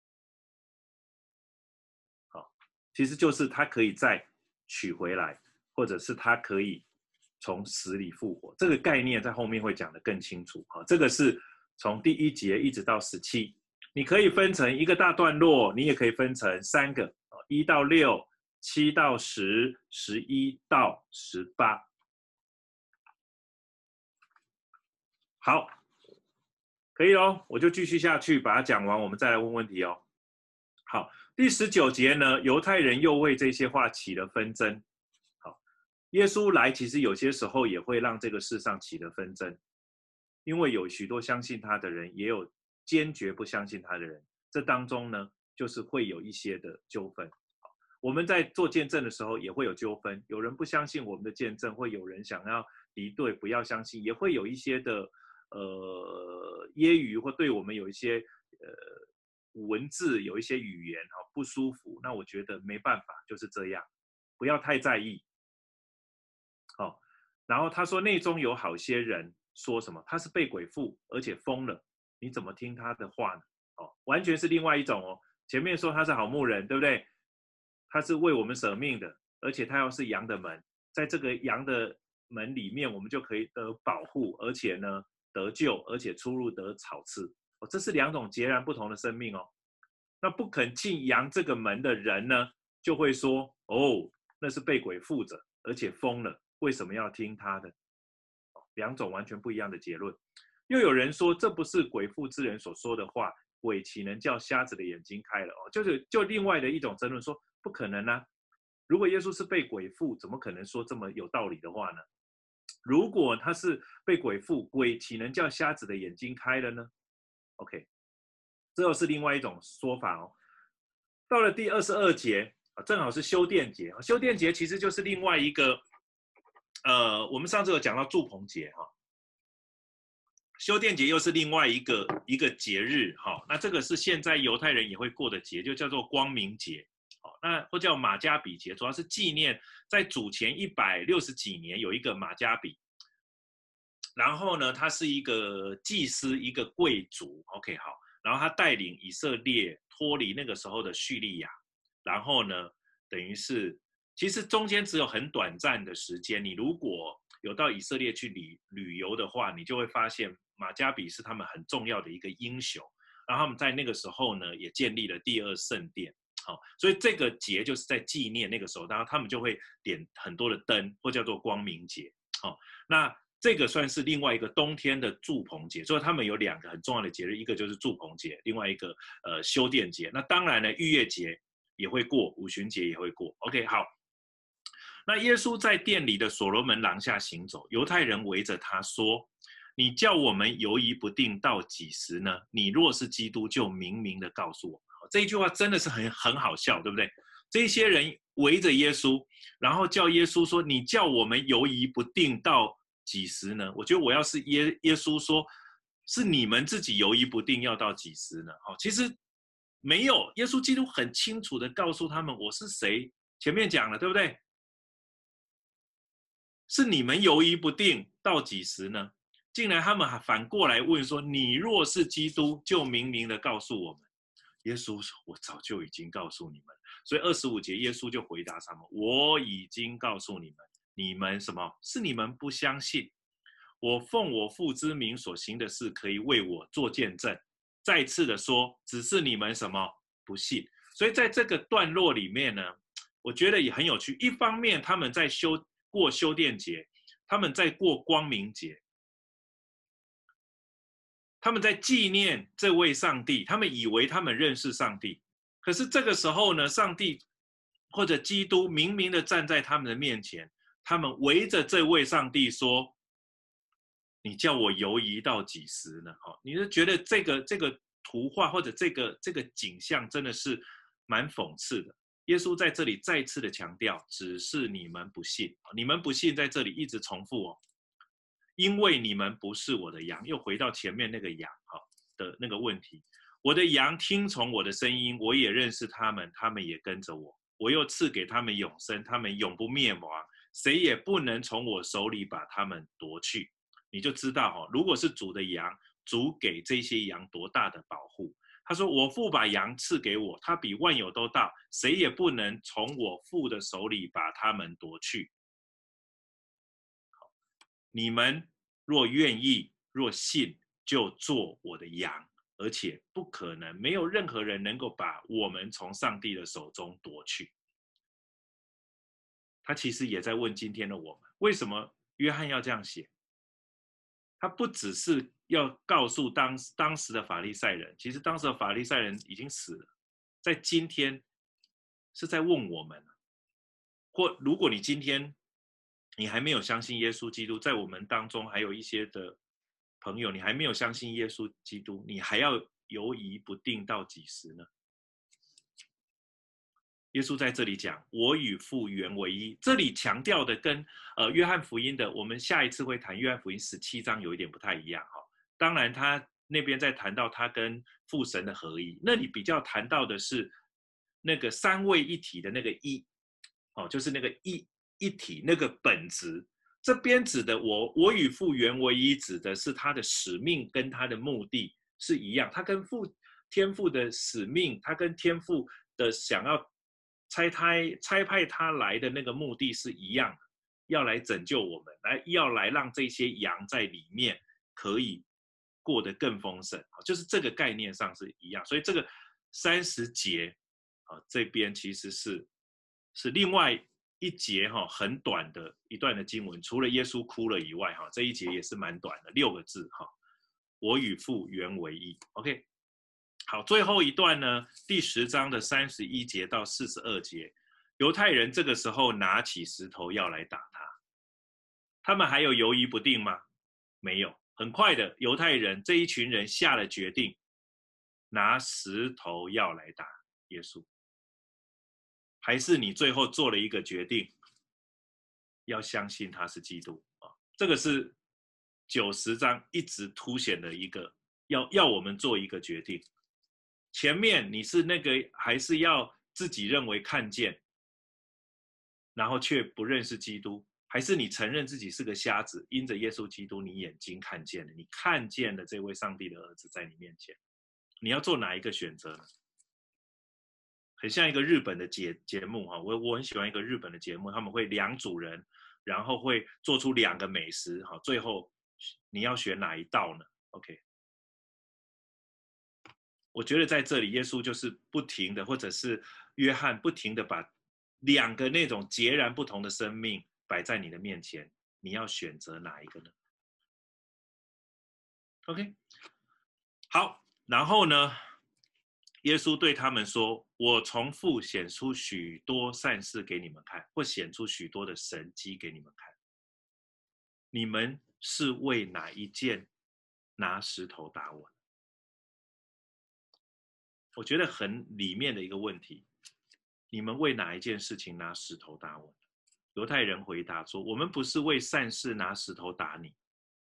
好，其实就是他可以再取回来，或者是他可以从死里复活。这个概念在后面会讲得更清楚。好，这个是从第一节一直到十七。你可以分成一个大段落，你也可以分成三个，一到六、七到十、十一到十八。好，可以哦，我就继续下去把它讲完，我们再来问问题哦。好，第十九节呢，犹太人又为这些话起了纷争。好，耶稣来其实有些时候也会让这个世上起了纷争，因为有许多相信他的人，也有坚决不相信他的人，这当中呢，就是会有一些的纠纷。我们在做见证的时候也会有纠纷，有人不相信我们的见证，会有人想要敌对，不要相信，也会有一些的呃揶揄，或对我们有一些呃文字有一些语言哈不舒服。那我觉得没办法，就是这样，不要太在意。好，然后他说内中有好些人说什么，他是被鬼附，而且疯了。你怎么听他的话呢？哦，完全是另外一种哦。前面说他是好牧人，对不对？他是为我们舍命的，而且他要是羊的门，在这个羊的门里面，我们就可以得保护，而且呢得救，而且出入得草吃。哦，这是两种截然不同的生命哦。那不肯进羊这个门的人呢，就会说：哦，那是被鬼附着，而且疯了，为什么要听他的？两种完全不一样的结论。又有人说，这不是鬼附之人所说的话， 鬼岂能叫瞎子的眼睛开了？哦，就是就另外的一种争论说，不可能啊！如果耶稣是被鬼附，怎么可能说这么有道理的话呢？如果他是被鬼附，鬼岂能叫瞎子的眼睛开了呢 ？OK， 这又是另外一种说法哦。到了第二十二节，正好是修殿节。修殿节其实就是另外一个，呃，我们上次有讲到住棚节哈，修殿节又是另外一个一个节日哈。那这个是现在犹太人也会过的节，就叫做光明节。那或叫马加比节，主要是纪念在主前一百六十几年有一个马加比，然后呢，他是一个祭司，一个贵族 ，OK 好，然后他带领以色列脱离那个时候的叙利亚，然后呢，等于是其实中间只有很短暂的时间，你如果有到以色列去旅旅游的话，你就会发现马加比是他们很重要的一个英雄，然后他们在那个时候呢也建立了第二圣殿。好，所以这个节就是在纪念那个时候，然后他们就会点很多的灯，或叫做光明节。好，那这个算是另外一个冬天的住棚节，所以他们有两个很重要的节日，一个就是住棚节，另外一个呃修殿节。那当然呢，逾越节也会过，五旬节也会过。OK， 好。那耶稣在殿里的所罗门廊下行走，犹太人围着他说：“你叫我们犹疑不定到几时呢？你若是基督，就明明的告诉我们。”这一句话真的是很很好笑，对不对？这些人围着耶稣，然后叫耶稣说：“你叫我们犹疑不定到几时呢？”我觉得我要是耶耶稣说，是你们自己犹疑不定要到几时呢？好，其实没有，耶稣基督很清楚的告诉他们我是谁，前面讲了，对不对？是你们犹疑不定到几时呢？竟然他们还反过来问说：“你若是基督，就明明的告诉我们。”耶稣说：“我早就已经告诉你们。”所以二十五节，耶稣就回答他们：“我已经告诉你们，你们什么？是你们不相信。我奉我父之名所行的事，可以为我做见证。再次的说，只是你们什么不信。”所以在这个段落里面呢，我觉得也很有趣。一方面，他们在修过修殿节，他们在过光明节。他们在纪念这位上帝，他们以为他们认识上帝，可是这个时候呢，上帝或者基督明明的站在他们的面前，他们围着这位上帝说：“你叫我犹疑到几时呢？”哈，你就觉得这个这个图画或者这个这个景象真的是蛮讽刺的。耶稣在这里再次的强调，只是你们不信，你们不信在这里一直重复哦。因为你们不是我的羊，又回到前面那个羊的那个问题。我的羊听从我的声音，我也认识他们，他们也跟着我。我又赐给他们永生，他们永不灭亡，谁也不能从我手里把他们夺去。你就知道，如果是主的羊，主给这些羊多大的保护。他说：“我父把羊赐给我，他比万有都大，谁也不能从我父的手里把他们夺去。你们若愿意，若信，就做我的羊，而且不可能，没有任何人能够把我们从上帝的手中夺去。”他其实也在问今天的我们，为什么约翰要这样写？他不只是要告诉当当时的法利赛人，其实当时的法利赛人已经死了，在今天是在问我们，或如果你今天你还没有相信耶稣基督，在我们当中还有一些的朋友，你还没有相信耶稣基督，你还要犹疑不定到几时呢？耶稣在这里讲：“我与父原为一。”这里强调的跟呃约翰福音的，我们下一次会谈约翰福音十七章有一点不太一样哈。当然，他那边在谈到他跟父神的合一，那里比较谈到的是那个三位一体的那个一，哦，就是那个一一体那个本质。这边指的我我与父原为一，指的是他的使命跟他的目的是一样，他跟父天父的使命，他跟天父的想要差派差派他来的那个目的是一样的，要来拯救我们，来要来让这些羊在里面可以过得更丰盛，就是这个概念上是一样。所以这个三十节啊，这边其实是是另外一节哈，很短的一段的经文，除了耶稣哭了以外哈，这一节也是蛮短的，六个字哈，我与父原为一。OK， 好，最后一段呢，第十章的三十一节到四十二节，犹太人这个时候拿起石头要来打他，他们还有犹豫不定吗？没有，很快的，犹太人这一群人下了决定，拿石头要来打耶稣。还是你最后做了一个决定，要相信他是基督啊？这个是九十章一直凸显的一个，要要我们做一个决定。前面你是那个还是要自己认为看见，然后却不认识基督，还是你承认自己是个瞎子，因着耶稣基督你眼睛看见了，你看见了这位上帝的儿子在你面前，你要做哪一个选择呢？很像一个日本的节节目哈，我我很喜欢一个日本的节目，他们会两组人，然后会做出两个美食哈，最后你要选哪一道呢 ？OK。我觉得在这里，耶稣就是不停的，或者是约翰不停的把两个那种截然不同的生命摆在你的面前，你要选择哪一个呢 ？OK， 好，然后呢，耶稣对他们说：“我从父显出许多善事给你们看，或显出许多的神迹给你们看，你们是为哪一件拿石头打我？”我觉得很里面的一个问题，你们为哪一件事情拿石头打我？犹太人回答说：“我们不是为善事拿石头打你。”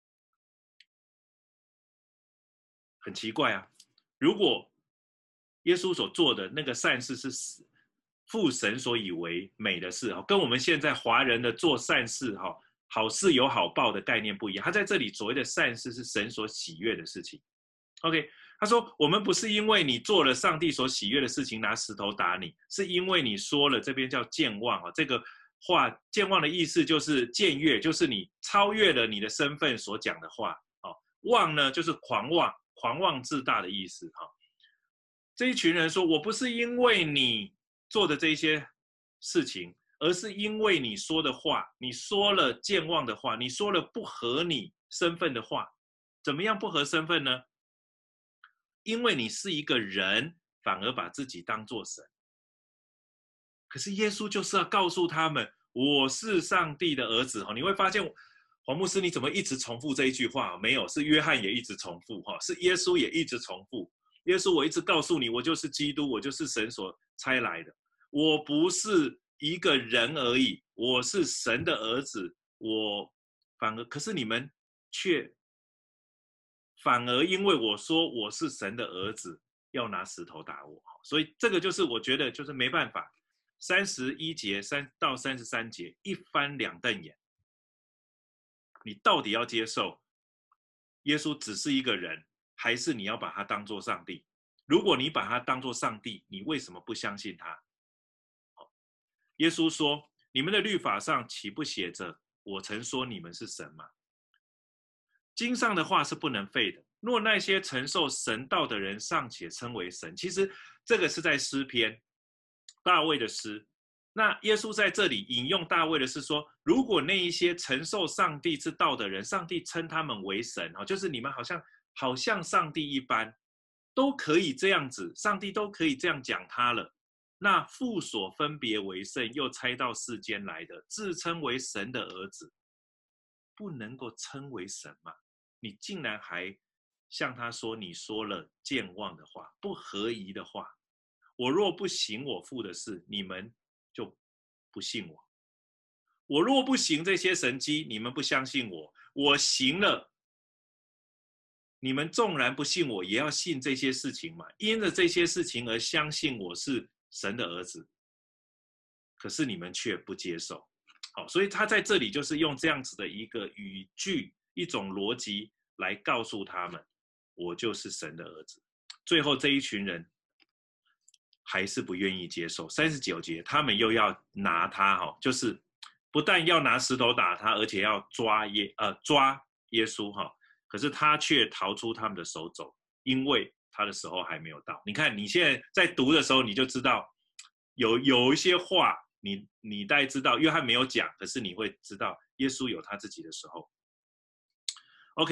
很奇怪啊！如果耶稣所做的那个善事是父神所以为美的事，跟我们现在华人的做善事好事有好报的概念不一样。他在这里所谓的善事是神所喜悦的事情。OK。他说：“我们不是因为你做了上帝所喜悦的事情拿石头打你，是因为你说了，这边叫僭妄啊。这个话僭妄的意思就是僭越，就是你超越了你的身份所讲的话。哦，妄呢就是狂妄、狂妄自大的意思。哈、哦，这一群人说，我不是因为你做的这些事情，而是因为你说的话，你说了僭妄的话，你说了不合你身份的话。怎么样不合身份呢？因为你是一个人，反而把自己当作神。可是耶稣就是要告诉他们，我是上帝的儿子。你会发现，黄牧师你怎么一直重复这一句话？没有，是约翰也一直重复，是耶稣也一直重复。耶稣，我一直告诉你，我就是基督，我就是神所差来的。我不是一个人而已，我是神的儿子。我反而，可是你们却反而因为我说我是神的儿子，要拿石头打我。所以这个就是我觉得就是没办法。三十一节三到三十三节，一翻两瞪眼。你到底要接受耶稣只是一个人，还是你要把他当作上帝？如果你把他当作上帝，你为什么不相信他？耶稣说：“你们的律法上岂不写着，我曾说你们是神吗？经上的话是不能废的。若那些承受神道的人尚且称为神。”其实这个是在诗篇，大卫的诗。那耶稣在这里引用大卫的诗说，如果那一些承受上帝之道的人，上帝称他们为神，就是你们好像好像上帝一般，都可以这样子，上帝都可以这样讲他了。那父所分别为圣，又差到世间来的，自称为神的儿子，不能够称为神吗？你竟然还向他说，你说了僭妄的话，不合宜的话。我若不行我父的事，你们就不信我。我若不行这些神迹，你们不相信我。我行了，你们纵然不信我，也要信这些事情嘛。因着这些事情而相信我是神的儿子。可是你们却不接受。好，所以他在这里就是用这样子的一个语句，一种逻辑来告诉他们，我就是神的儿子。最后这一群人还是不愿意接受。三十九节，他们又要拿他，就是不但要拿石头打他，而且要抓耶呃抓耶稣哈。可是他却逃出他们的手走，因为他的时候还没有到。你看你现在在读的时候，你就知道有有一些话。你你大概知道，约翰没有讲，可是你会知道耶稣有他自己的时候。OK，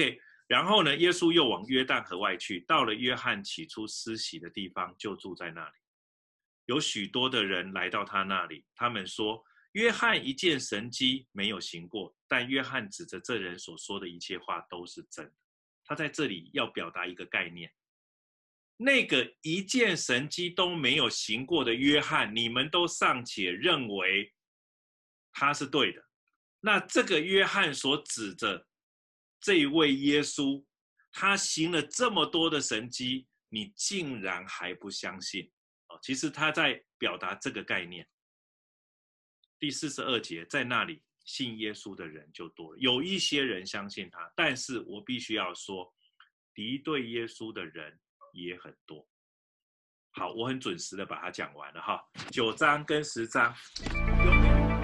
然后呢，耶稣又往约旦河外去，到了约翰起初施洗的地方，就住在那里。有许多的人来到他那里，他们说，约翰一件神迹没有行过，但约翰指着这人所说的一切话都是真的。他在这里要表达一个概念，那个一件神迹都没有行过的约翰，你们都尚且认为他是对的，那这个约翰所指着这一位耶稣，他行了这么多的神迹，你竟然还不相信？其实他在表达这个概念。第四十二节，在那里信耶稣的人就多了，有一些人相信他，但是我必须要说，敌对耶稣的人也很多。好，我很准时的把它讲完了哈，九章跟十章有没有？